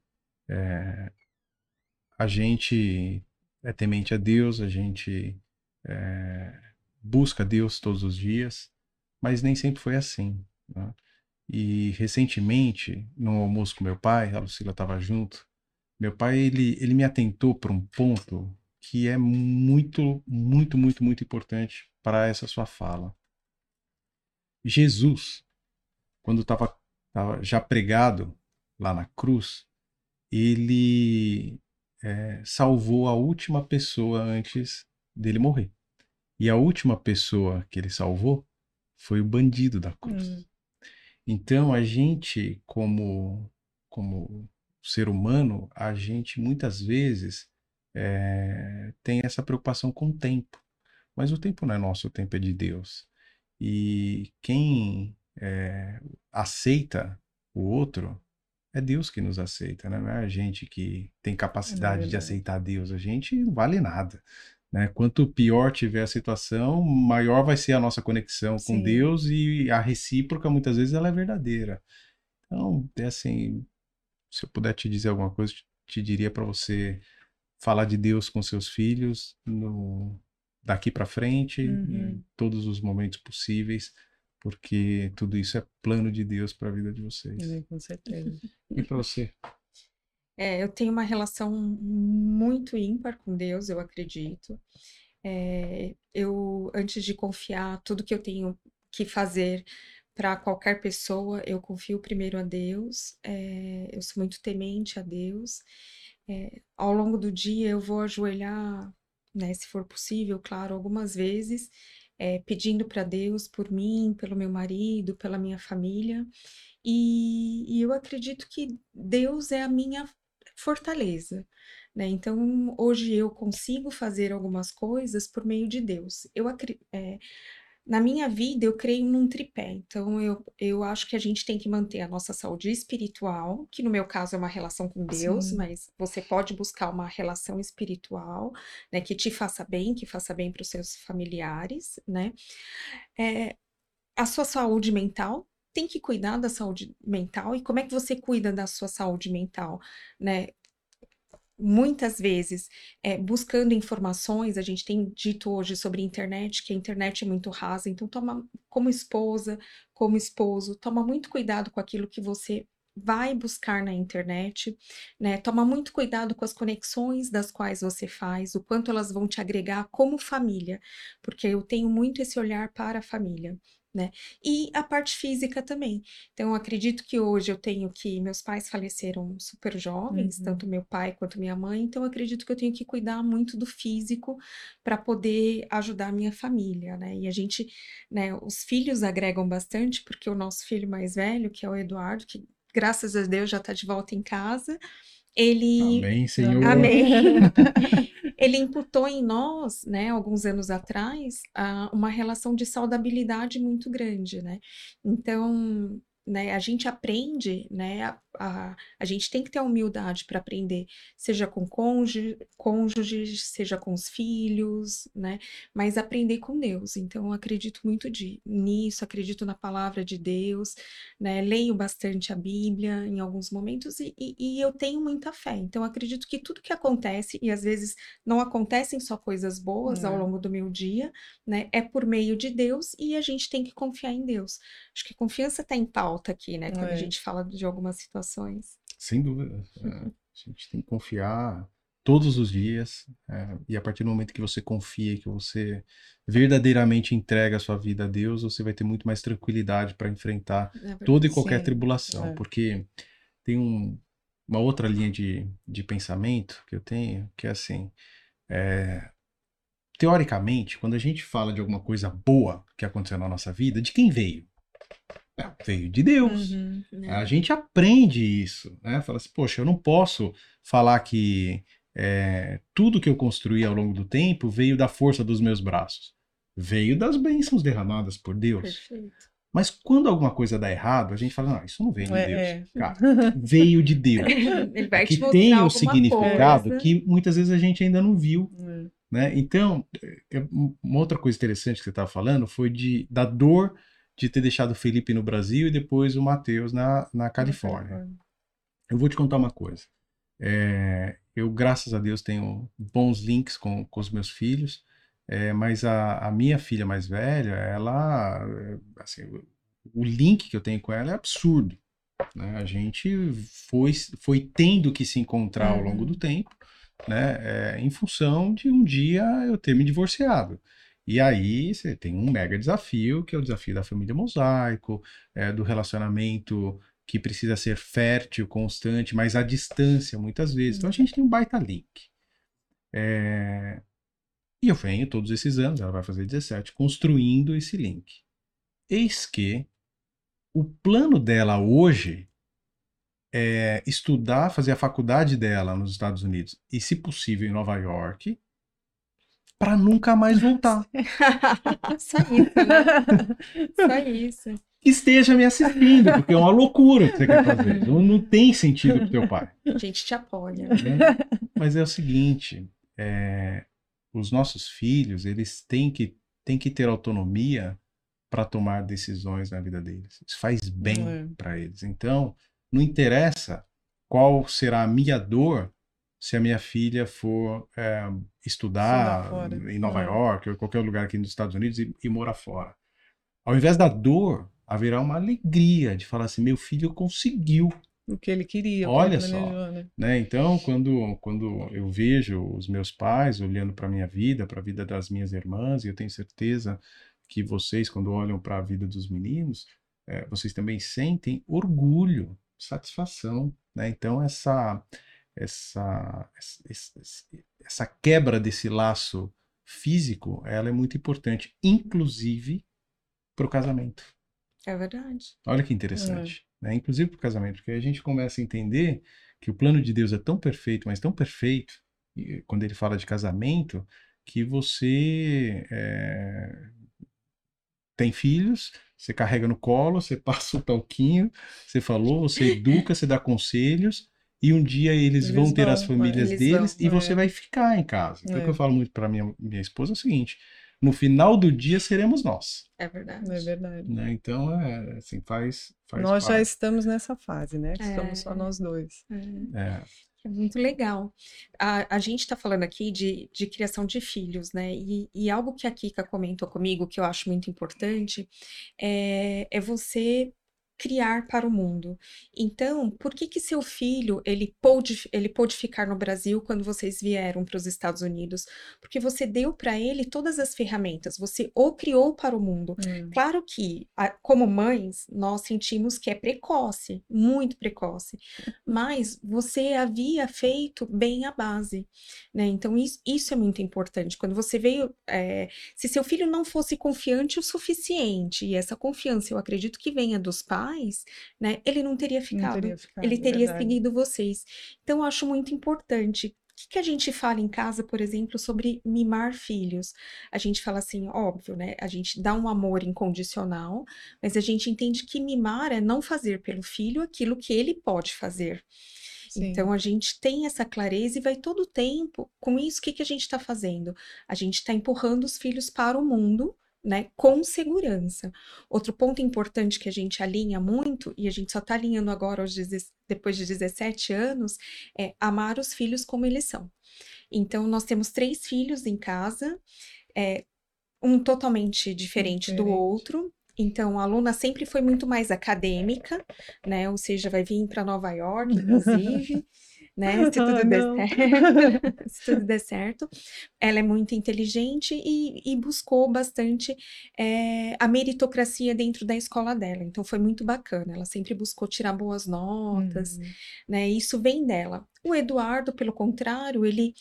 a gente é temente a Deus, a gente busca Deus todos os dias, mas nem sempre foi assim, né? E recentemente, no almoço com meu pai, a Lucila estava junto, meu pai ele me atentou para um ponto que é muito, muito, muito, muito importante para essa sua fala. Jesus, quando estava já pregado lá na cruz, ele salvou a última pessoa antes dele morrer. E a última pessoa que ele salvou foi o bandido da cruz. Então a gente, como ser humano, a gente muitas vezes tem essa preocupação com o tempo. Mas o tempo não é nosso, o tempo é de Deus. E quem aceita o outro, é Deus que nos aceita, né? Não é a gente que tem capacidade de verdade. aceitar Deus. A gente não vale nada, né? Quanto pior tiver a situação, maior vai ser a nossa conexão com Sim. Deus, e a recíproca, muitas vezes, ela é verdadeira. Então, é assim, se eu puder te dizer alguma coisa, te diria para você falar de Deus com seus filhos daqui para frente, em todos os momentos possíveis, porque tudo isso é plano de Deus para a vida de vocês. Com certeza. E para você? Eu tenho uma relação muito ímpar com Deus, eu acredito. Antes de confiar tudo que eu tenho que fazer para qualquer pessoa, eu confio primeiro a Deus. Eu sou muito temente a Deus. Ao longo do dia, eu vou ajoelhar, né, se for possível, claro, algumas vezes, pedindo para Deus por mim, pelo meu marido, pela minha família. E eu acredito que Deus é a minha fortaleza, né? Então, hoje eu consigo fazer algumas coisas por meio de Deus. Na minha vida, eu creio num tripé. Então, eu acho que a gente tem que manter a nossa saúde espiritual, que no meu caso é uma relação com Deus, Sim. mas você pode buscar uma relação espiritual, né, que te faça bem, que faça bem para os seus familiares, né? A sua saúde mental, tem que cuidar da saúde mental. E como é que você cuida da sua saúde mental, né? Muitas vezes, buscando informações, a gente tem dito hoje sobre internet, que a internet é muito rasa, então como esposa, como esposo, toma muito cuidado com aquilo que você vai buscar na internet, né? Toma muito cuidado com as conexões das quais você faz, o quanto elas vão te agregar como família, porque eu tenho muito esse olhar para a família, né? E a parte física também. Então, eu acredito que hoje meus pais faleceram super jovens, tanto meu pai quanto minha mãe, então eu acredito que eu tenho que cuidar muito do físico para poder ajudar a minha família, né? E a gente, né, os filhos agregam bastante, porque o nosso filho mais velho, que é o Eduardo, que graças a Deus já está de volta em casa, ele Amém, Senhor. Amém. Ele imputou em nós, né, alguns anos atrás, uma relação de saudabilidade muito grande, né? Então, né, a gente aprende, né, a gente tem que ter humildade para aprender, seja com cônjuges, seja com os filhos, né? Mas aprender com Deus. Então, eu acredito muito nisso, acredito na palavra de Deus, né? Leio bastante a Bíblia em alguns momentos e eu tenho muita fé. Então, eu acredito que tudo que acontece, e às vezes não acontecem só coisas boas ao longo do meu dia, né? É por meio de Deus e a gente tem que confiar em Deus. Acho que confiança está em pauta aqui, né? Quando a gente fala de algumas situações. Sem dúvida. A gente tem que confiar todos os dias, e a partir do momento que você confia, que você verdadeiramente entrega a sua vida a Deus, você vai ter muito mais tranquilidade para enfrentar toda e qualquer Sim, tribulação, porque tem uma outra linha de pensamento que eu tenho, que é assim, teoricamente, quando a gente fala de alguma coisa boa que aconteceu na nossa vida, de quem veio? Veio de Deus. A gente aprende isso, né? Fala assim, poxa, eu não posso falar que tudo que eu construí ao longo do tempo veio da força dos meus braços. Veio das bênçãos derramadas por Deus. Perfeito. Mas quando alguma coisa dá errado, a gente fala, não, isso não veio de Deus. É. Cara, veio de Deus. Ele vai Que te mostrar tem um alguma significado coisa. que muitas vezes a gente ainda não viu. Né? Então, uma outra coisa interessante que você estava falando foi da dor de ter deixado o Felipe no Brasil e depois o Matheus na Califórnia. Eu vou te contar uma coisa. Eu, graças a Deus, tenho bons links com os meus filhos, mas a minha filha mais velha, ela, assim, o link que eu tenho com ela é absurdo. Né? A gente foi tendo que se encontrar ao longo do tempo, né, em função de um dia eu ter me divorciado. E aí você tem um mega desafio, que é o desafio da família mosaico, do relacionamento que precisa ser fértil, constante, mas à distância muitas vezes. Então a gente tem um baita link. E eu venho todos esses anos, ela vai fazer 17, construindo esse link. Eis que o plano dela hoje estudar, fazer a faculdade dela nos Estados Unidos e, se possível, em Nova York, para nunca mais voltar. Só isso, né? Só isso. Esteja me assistindo, porque é uma loucura que você quer fazer. Não tem sentido pro teu pai. A gente te apoia. Né? Mas é o seguinte, os nossos filhos, eles têm que ter autonomia para tomar decisões na vida deles. Isso faz bem para eles. Então, não interessa qual será a minha dor se a minha filha for estudar em Nova York ou em qualquer lugar aqui nos Estados Unidos e morar fora. Ao invés da dor, haverá uma alegria de falar assim, meu filho conseguiu. O que ele queria. Olha ele planejou, só, né? Então, quando eu vejo os meus pais olhando para a minha vida, para a vida das minhas irmãs, e eu tenho certeza que vocês, quando olham para a vida dos meninos, vocês também sentem orgulho, satisfação, né? Então, essa quebra desse laço físico, ela é muito importante, inclusive para o casamento. É verdade. Olha que interessante. Né? Inclusive para o casamento, porque a gente começa a entender que o plano de Deus é tão perfeito, mas tão perfeito, quando ele fala de casamento, que você tem filhos, você carrega no colo, você passa o talquinho, você falou, você educa, você dá conselhos, e um dia eles vão ter as famílias deles e você vai ficar em casa. Então, o que eu falo muito para minha esposa é o seguinte: no final do dia seremos nós. É verdade. É verdade. Né? Então, assim, faz nós já parte. estamos nessa fase, né? Que estamos só nós dois. É muito legal. A gente está falando aqui de criação de filhos, né? E algo que a Kika comentou comigo, que eu acho muito importante, é você criar para o mundo. Então, por que seu filho, ele pôde ficar no Brasil quando vocês vieram para os Estados Unidos? Porque você deu para ele todas as ferramentas, você o criou para o mundo. Claro que, como mães, nós sentimos que é precoce, muito precoce, mas você havia feito bem a base, né? Então, isso é muito importante. Quando você veio, se seu filho não fosse confiante o suficiente, e essa confiança eu acredito que venha dos pais, né, ele não teria ficado, ele teria seguido vocês. Então, eu acho muito importante. O que a gente fala em casa, por exemplo, sobre mimar filhos? A gente fala assim, óbvio, né? A gente dá um amor incondicional, mas a gente entende que mimar é não fazer pelo filho aquilo que ele pode fazer. Sim. Então, a gente tem essa clareza e vai todo o tempo, com isso, o que a gente está fazendo? A gente está empurrando os filhos para o mundo, né, com segurança. Outro ponto importante que a gente alinha muito, e a gente só está alinhando agora depois de 17 anos, é amar os filhos como eles são. Então, nós temos 3 filhos em casa, um totalmente diferente do outro. Então, a aluna sempre foi muito mais acadêmica, né? Ou seja, vai vir para Nova York, inclusive, né? Se tudo der certo. Se tudo der certo. Ela é muito inteligente e buscou bastante a meritocracia dentro da escola dela. Então, foi muito bacana. Ela sempre buscou tirar boas notas, né? Isso vem dela. O Eduardo, pelo contrário, ele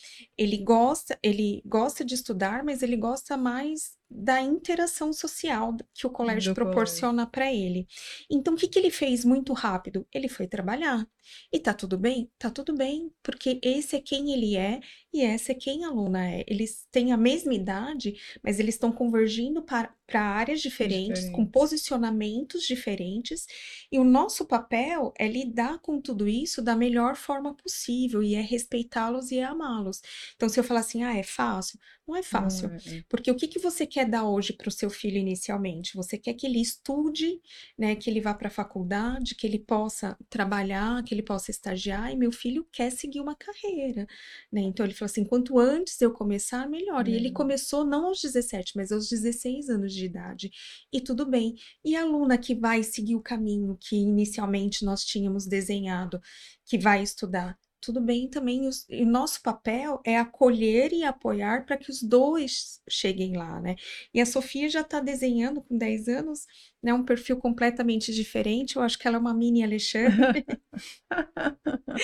gosta de estudar, mas ele gosta mais da interação social que o colégio proporciona para ele. Então, o que ele fez muito rápido? Ele foi trabalhar. E tá tudo bem? Tá tudo bem, porque esse é quem ele é e essa é quem a aluna é. Eles têm a mesma idade, mas eles estão convergindo para áreas diferentes, com posicionamentos diferentes, e o nosso papel é lidar com tudo isso da melhor forma possível, e é respeitá-los e é amá-los. Então, se eu falar assim, é fácil? Não é fácil, porque o que você quer dar hoje para o seu filho inicialmente? Você quer que ele estude, né, que ele vá para a faculdade, que ele possa trabalhar, que ele possa estagiar, e meu filho quer seguir uma carreira, né? Então, ele falou assim, quanto antes eu começar, melhor. E ele começou não aos 17, mas aos 16 anos de idade. E tudo bem. E a aluna que vai seguir o caminho que inicialmente nós tínhamos desenhado, que vai estudar, tudo bem também, o nosso papel é acolher e apoiar para que os dois cheguem lá, né? E a Sofia já está desenhando com 10 anos, né, um perfil completamente diferente, eu acho que ela é uma mini Alexandre. Eu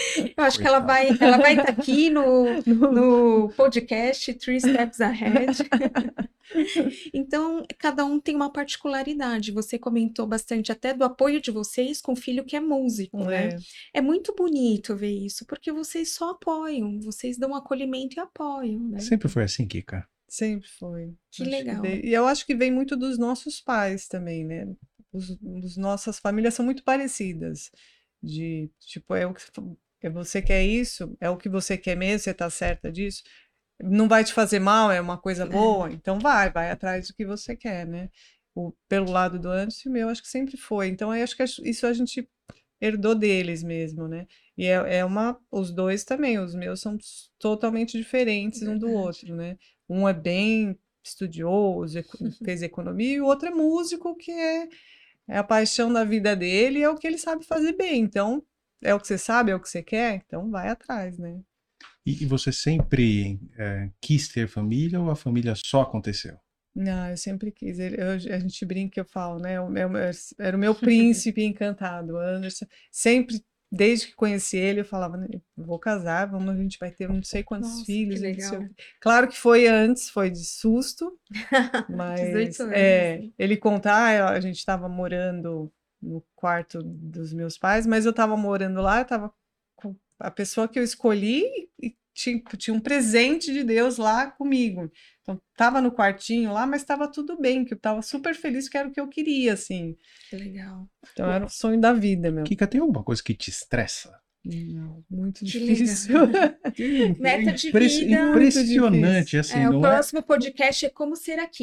acho que ela vai estar aqui no podcast Three Steps Ahead. Então, cada um tem uma particularidade. Você comentou bastante até do apoio de vocês com o filho que é músico, né? É muito bonito ver isso, porque vocês só apoiam, vocês dão acolhimento e apoiam, né? Sempre foi assim, Kika? Sempre foi. Que Acho legal. E eu acho que vem muito dos nossos pais também, né? Nossas famílias são muito parecidas. De, tipo, você quer isso? É o que você quer mesmo? Você tá certa disso? Não vai te fazer mal? É uma coisa boa? Então vai atrás do que você quer, né? Pelo lado do Anderson, o meu acho que sempre foi. Então, eu acho que isso a gente herdou deles mesmo, né? E os dois também, os meus são totalmente diferentes um do outro, né? Um é bem estudioso, fez economia, e o outro é músico, que é a paixão da vida dele, é o que ele sabe fazer bem. Então, é o que você sabe, é o que você quer, então vai atrás, né? E você sempre quis ter família ou a família só aconteceu? Não, eu sempre quis. A gente brinca, eu falo, né? Era o meu príncipe encantado, o Anderson. Sempre, desde que conheci ele, eu falava, né, vou casar, a gente vai ter não sei quantos Nossa, filhos. que não sei legal. Claro que foi antes, foi de susto, mas 18 anos. ele contar, a gente estava morando no quarto dos meus pais, mas eu estava morando lá, eu estava com a pessoa que eu escolhi e tinha um presente de Deus lá comigo. Então, tava no quartinho lá, mas estava tudo bem, que eu estava super feliz, que era o que eu queria, assim. Que legal. Então, era o sonho da vida, meu. Kika, tem alguma coisa que te estressa? Não, muito Que difícil. Meta de vida. Impressionante, assim, O não próximo podcast é como ser aqui.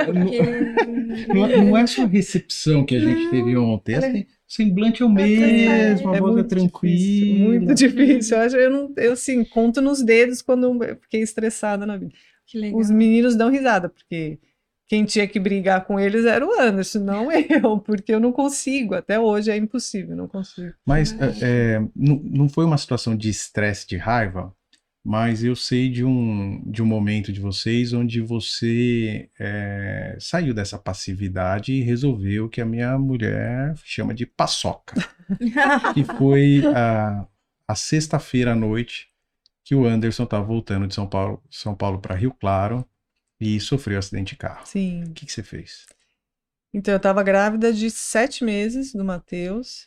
não é só a recepção que a gente teve ontem, assim, o semblante é o mesmo, a voz é tranquila. Muito difícil. Eu assim, conto nos dedos quando eu fiquei estressada na vida. Que legal. Os meninos dão risada, porque quem tinha que brigar com eles era o Anderson, não eu, porque eu não consigo. Até hoje é impossível, não consigo. Mas não foi uma situação de estresse, de raiva, mas eu sei de um momento de vocês onde você saiu dessa passividade e resolveu que a minha mulher chama de paçoca, que foi a sexta-feira à noite que o Anderson estava voltando de São Paulo para Rio Claro e sofreu um acidente de carro. Sim. O que você fez? Então, eu estava grávida de 7 meses do Matheus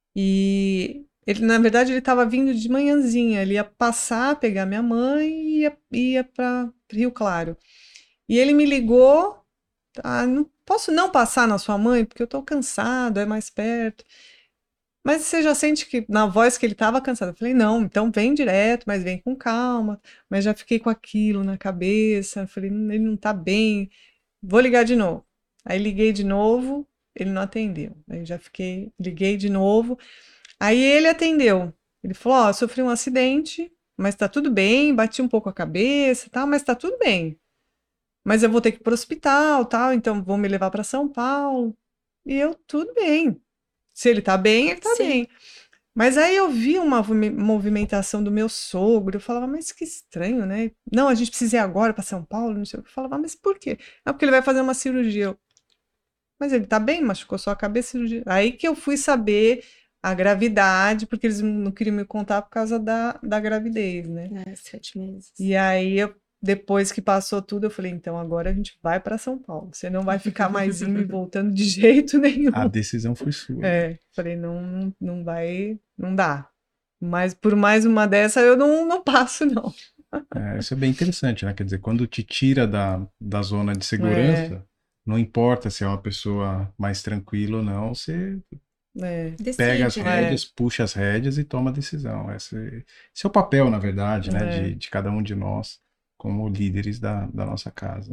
e ele, na verdade, ele estava vindo de manhãzinha. Ele ia passar, pegar minha mãe e ia para Rio Claro. E ele me ligou, não posso não passar na sua mãe, porque eu estou cansado, é mais perto. Mas você já sente que na voz que ele estava cansado. Eu falei, não, então vem direto, mas vem com calma. Mas já fiquei com aquilo na cabeça. Eu falei, ele não está bem, vou ligar de novo. Aí liguei de novo, ele não atendeu. Aí liguei de novo. Aí ele atendeu. Ele falou, ó, sofri um acidente, mas tá tudo bem, bati um pouco a cabeça, tá, mas tá tudo bem. Mas eu vou ter que ir pro hospital, tal, então vão me levar para São Paulo. E eu, tudo bem. Se ele tá bem, ele tá bem. Mas aí eu vi uma movimentação do meu sogro, eu falava, mas que estranho, né? Não, a gente precisa ir agora para São Paulo, não sei o que. Eu falava, mas por quê? Não, porque ele vai fazer uma cirurgia. Mas ele tá bem, machucou só a cabeça, cirurgia. Aí que eu fui saber a gravidade, porque eles não queriam me contar por causa da gravidez, né? 7 meses. E aí, depois que passou tudo, eu falei, então agora a gente vai para São Paulo. Você não vai ficar mais indo e voltando de jeito nenhum. A decisão foi sua. Falei, não vai, não dá. Mas por mais uma dessa, eu não passo, não. Isso é bem interessante, né? Quer dizer, quando te tira da zona de segurança, não importa se é uma pessoa mais tranquila ou não, você pega as rédeas, puxa as rédeas e toma a decisão. Esse é o papel, na verdade, né? De cada um de nós, como líderes da nossa casa.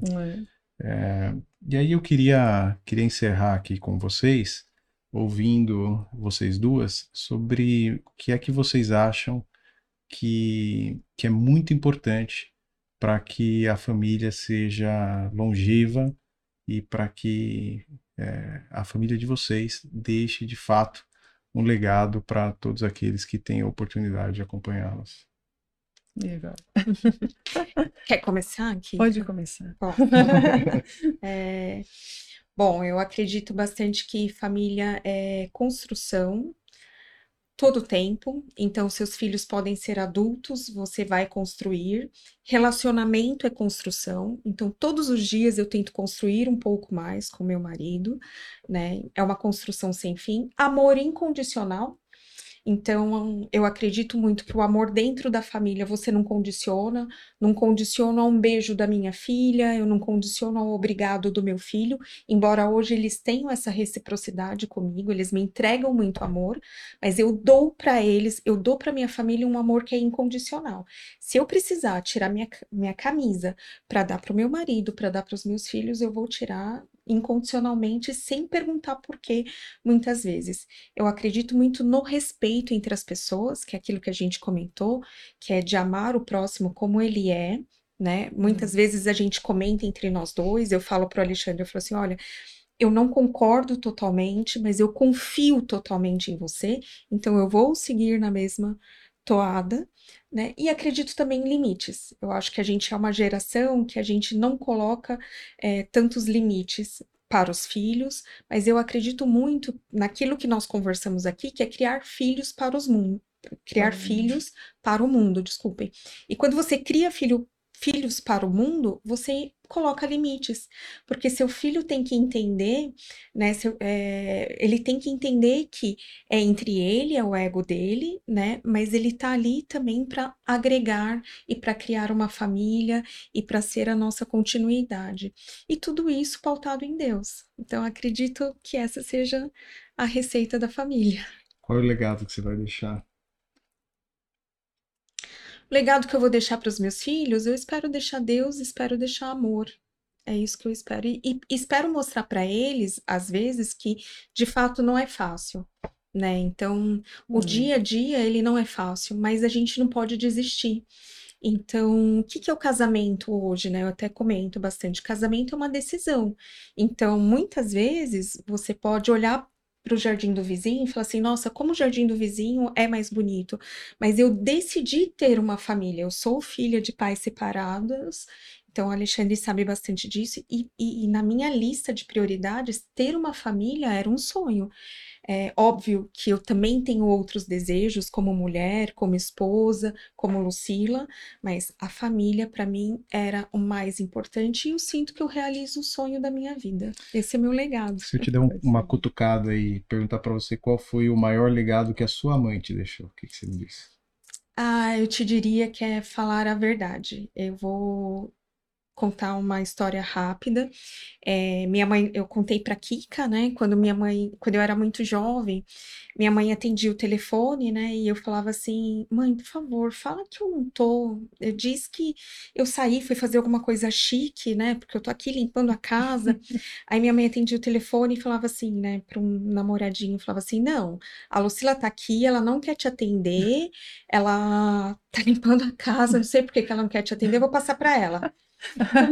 E aí eu queria encerrar aqui com vocês, ouvindo vocês duas, sobre o que é que vocês acham que é muito importante para que a família seja longeva e para que a família de vocês deixe, de fato, um legado para todos aqueles que têm a oportunidade de acompanhá-las. Legal. Quer começar aqui? Pode começar. Bom, eu acredito bastante que família é construção, todo o tempo. Então, seus filhos podem ser adultos, você vai construir. Relacionamento é construção. Então, todos os dias eu tento construir um pouco mais com meu marido, né? É uma construção sem fim. Amor incondicional. Então, eu acredito muito que o amor dentro da família você não condiciono a um beijo da minha filha, eu não condiciono ao obrigado do meu filho, embora hoje eles tenham essa reciprocidade comigo, eles me entregam muito amor, mas eu dou para eles, eu dou para minha família um amor que é incondicional. Se eu precisar tirar minha camisa para dar para o meu marido, para dar para os meus filhos, eu vou tirar incondicionalmente, sem perguntar por quê, muitas vezes. Eu acredito muito no respeito entre as pessoas, que é aquilo que a gente comentou, que é de amar o próximo como ele é, né? Muitas vezes a gente comenta entre nós dois, eu falo pro Alexandre, eu falo assim, olha, eu não concordo totalmente, mas eu confio totalmente em você, então eu vou seguir na mesma toada, né? E acredito também em limites. Eu acho que a gente é uma geração que a gente não coloca tantos limites para os filhos, mas eu acredito muito naquilo que nós conversamos aqui, que é criar filhos para os mundos. Criar filhos para o mundo, desculpem. E quando você cria filhos para o mundo, você coloca limites, porque seu filho tem que entender, né? Ele tem que entender que é entre ele, é o ego dele, né? Mas ele tá ali também para agregar e para criar uma família e para ser a nossa continuidade. E tudo isso pautado em Deus. Então, acredito que essa seja a receita da família. Qual é o legado que você vai deixar? O legado que eu vou deixar para os meus filhos, eu espero deixar Deus, espero deixar amor. É isso que eu espero. E espero mostrar para eles, às vezes, que de fato não é fácil, né? Então, o dia a dia, ele não é fácil, mas a gente não pode desistir. Então, o que que é o casamento hoje, né? Eu até comento bastante. Casamento é uma decisão. Então, muitas vezes, você pode olhar para o jardim do vizinho e falar assim: nossa, como o jardim do vizinho é mais bonito. Mas eu decidi ter uma família. Eu sou filha de pais separados. Então, o Alexandre sabe bastante disso. E na minha lista de prioridades, ter uma família era um sonho. É óbvio que eu também tenho outros desejos, como mulher, como esposa, como Lucila, mas a família, para mim, era o mais importante e eu sinto que eu realizo o sonho da minha vida. Esse é meu legado. Se eu te der uma cutucada e perguntar para você qual foi o maior legado que a sua mãe te deixou, o que que você me diz? Ah, eu te diria que é falar a verdade. Eu vou contar uma história rápida. Minha mãe, eu contei para Kika, né? Quando eu era muito jovem, minha mãe atendia o telefone, né? E eu falava assim: mãe, por favor, fala que eu não tô. Eu disse que eu saí, fui fazer alguma coisa chique, né? Porque eu tô aqui limpando a casa. Aí minha mãe atendia o telefone e falava assim, né? Para um namoradinho, falava assim: não, a Lucila tá aqui, ela não quer te atender, ela tá limpando a casa, não sei por que que ela não quer te atender, eu vou passar para ela. Então,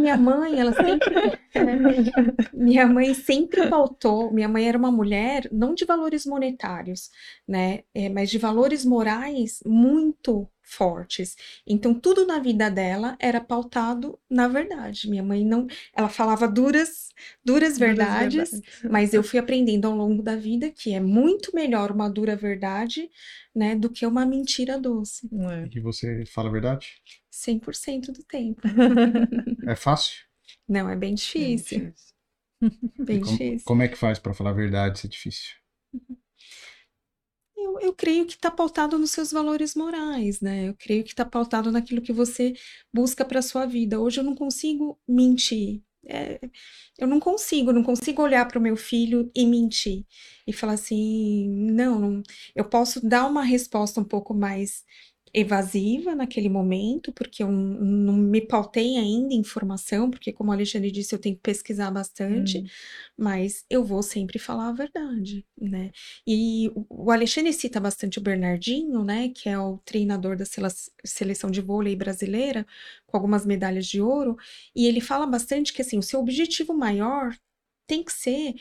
minha mãe sempre pautou, minha mãe era uma mulher não de valores monetários, né, mas de valores morais muito fortes. Então, tudo na vida dela era pautado na verdade. Minha mãe não, ela falava duras verdades, mas eu fui aprendendo ao longo da vida que é muito melhor uma dura verdade, né, do que uma mentira doce. E você fala a verdade? 100% do tempo. É fácil? Não, é bem difícil. Bem difícil. Como é que faz para falar a verdade se é difícil? Eu creio que está pautado nos seus valores morais, né? Eu creio que está pautado naquilo que você busca para sua vida. Hoje eu não consigo mentir. Eu não consigo olhar para o meu filho e mentir. E falar assim, não, eu posso dar uma resposta um pouco mais evasiva naquele momento, porque eu não me pautei ainda em informação, porque como a Alexandre disse, eu tenho que pesquisar bastante, mas eu vou sempre falar a verdade, né? E o Alexandre cita bastante o Bernardinho, né, que é o treinador da seleção de vôlei brasileira, com algumas medalhas de ouro, e ele fala bastante que, assim, o seu objetivo maior tem que ser,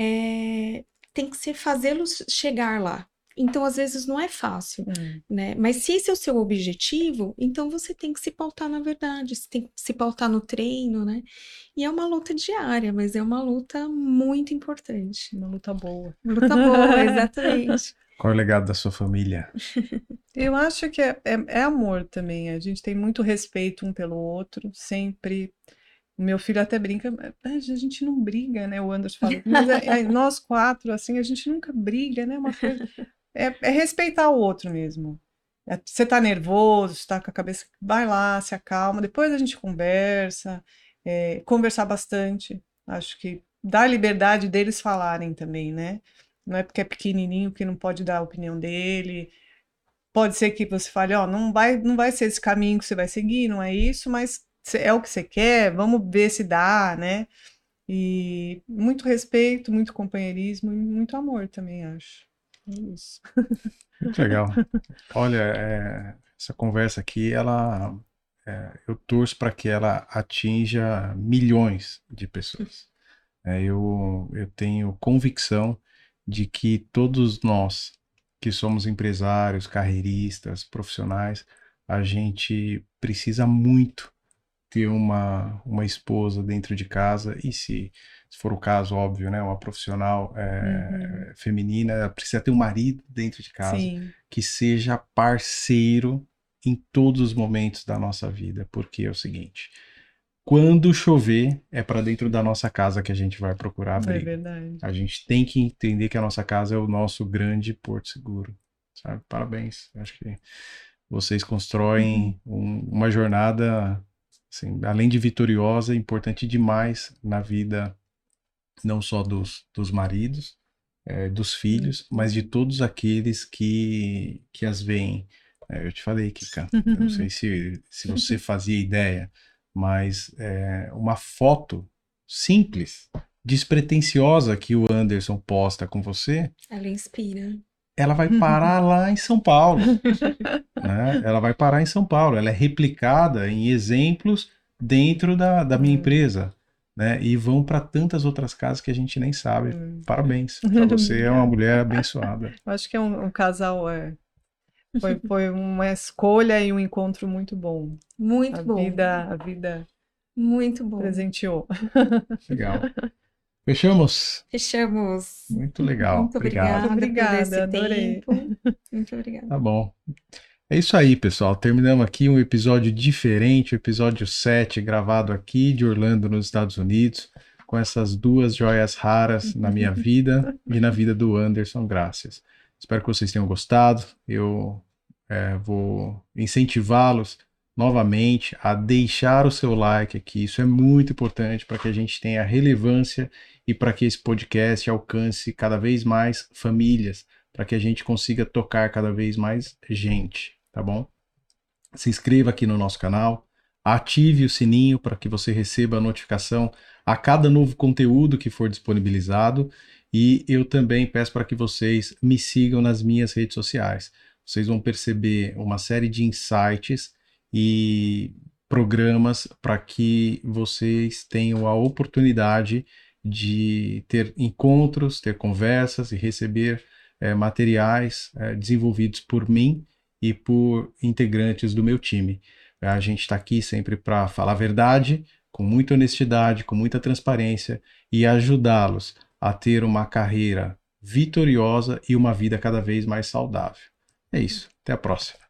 fazê-los chegar lá. Então, às vezes, não é fácil, né? Mas se esse é o seu objetivo, então você tem que se pautar na verdade, você tem que se pautar no treino, né? E é uma luta diária, mas é uma luta muito importante. Uma luta boa. Uma luta boa, exatamente. Qual é o legado da sua família? Eu acho que é amor também. A gente tem muito respeito um pelo outro, sempre. O meu filho até brinca, a gente não briga, né? O Anderson fala, mas nós quatro, assim, a gente nunca briga, né? Uma coisa, é respeitar o outro mesmo. Você tá nervoso, você tá com a cabeça, vai lá, se acalma, depois a gente conversa, conversar bastante. Acho que dá liberdade deles falarem também, né? Não é porque é pequenininho que não pode dar a opinião dele. Pode ser que você fale, ó, não vai ser esse caminho que você vai seguir, não é isso, mas é o que você quer, vamos ver se dá, né? E muito respeito, muito companheirismo e muito amor também, acho. É isso. Muito legal. Olha, essa conversa aqui, eu torço para que ela atinja milhões de pessoas. Eu tenho convicção de que todos nós que somos empresários, carreiristas, profissionais, a gente precisa muito ter uma esposa dentro de casa e se for o caso, óbvio, né, uma profissional feminina, ela precisa ter um marido dentro de casa Sim. que seja parceiro em todos os momentos da nossa vida, porque é o seguinte, quando chover, é para dentro da nossa casa que a gente vai procurar É abrigo. verdade. A gente tem que entender que a nossa casa é o nosso grande porto seguro, sabe? Parabéns. Acho que vocês constroem uma jornada, assim, além de vitoriosa, importante demais na vida, não só dos maridos, dos filhos, mas de todos aqueles que as veem. Eu te falei, Kika, eu não sei se você fazia ideia, mas uma foto simples, despretensiosa que o Anderson posta com você, Ela inspira. ela vai parar lá em São Paulo, né? Ela vai parar em São Paulo, ela é replicada em exemplos dentro da minha empresa, né? E vão para tantas outras casas que a gente nem sabe. Parabéns, para você é uma mulher abençoada. Acho que é um casal, foi uma escolha e um encontro muito bom. Muito bom. A vida Muito bom. presenteou. Legal. Fechamos? Fechamos. Muito legal. Muito Obrigado. obrigada por esse Adorei. tempo. Muito obrigada. Tá bom. É isso aí, pessoal. Terminamos aqui um episódio diferente, o episódio 7, gravado aqui de Orlando, nos Estados Unidos, com essas duas joias raras na minha vida e na vida do Anderson. Graças. Espero que vocês tenham gostado. Eu vou incentivá-los novamente a deixar o seu like aqui. Isso é muito importante para que a gente tenha relevância e para que esse podcast alcance cada vez mais famílias, para que a gente consiga tocar cada vez mais gente, tá bom? Se inscreva aqui no nosso canal, ative o sininho para que você receba a notificação a cada novo conteúdo que for disponibilizado, e eu também peço para que vocês me sigam nas minhas redes sociais. Vocês vão perceber uma série de insights e programas para que vocês tenham a oportunidade de ter encontros, ter conversas e receber materiais desenvolvidos por mim e por integrantes do meu time. A gente está aqui sempre para falar a verdade, com muita honestidade, com muita transparência e ajudá-los a ter uma carreira vitoriosa e uma vida cada vez mais saudável. É isso. Até a próxima.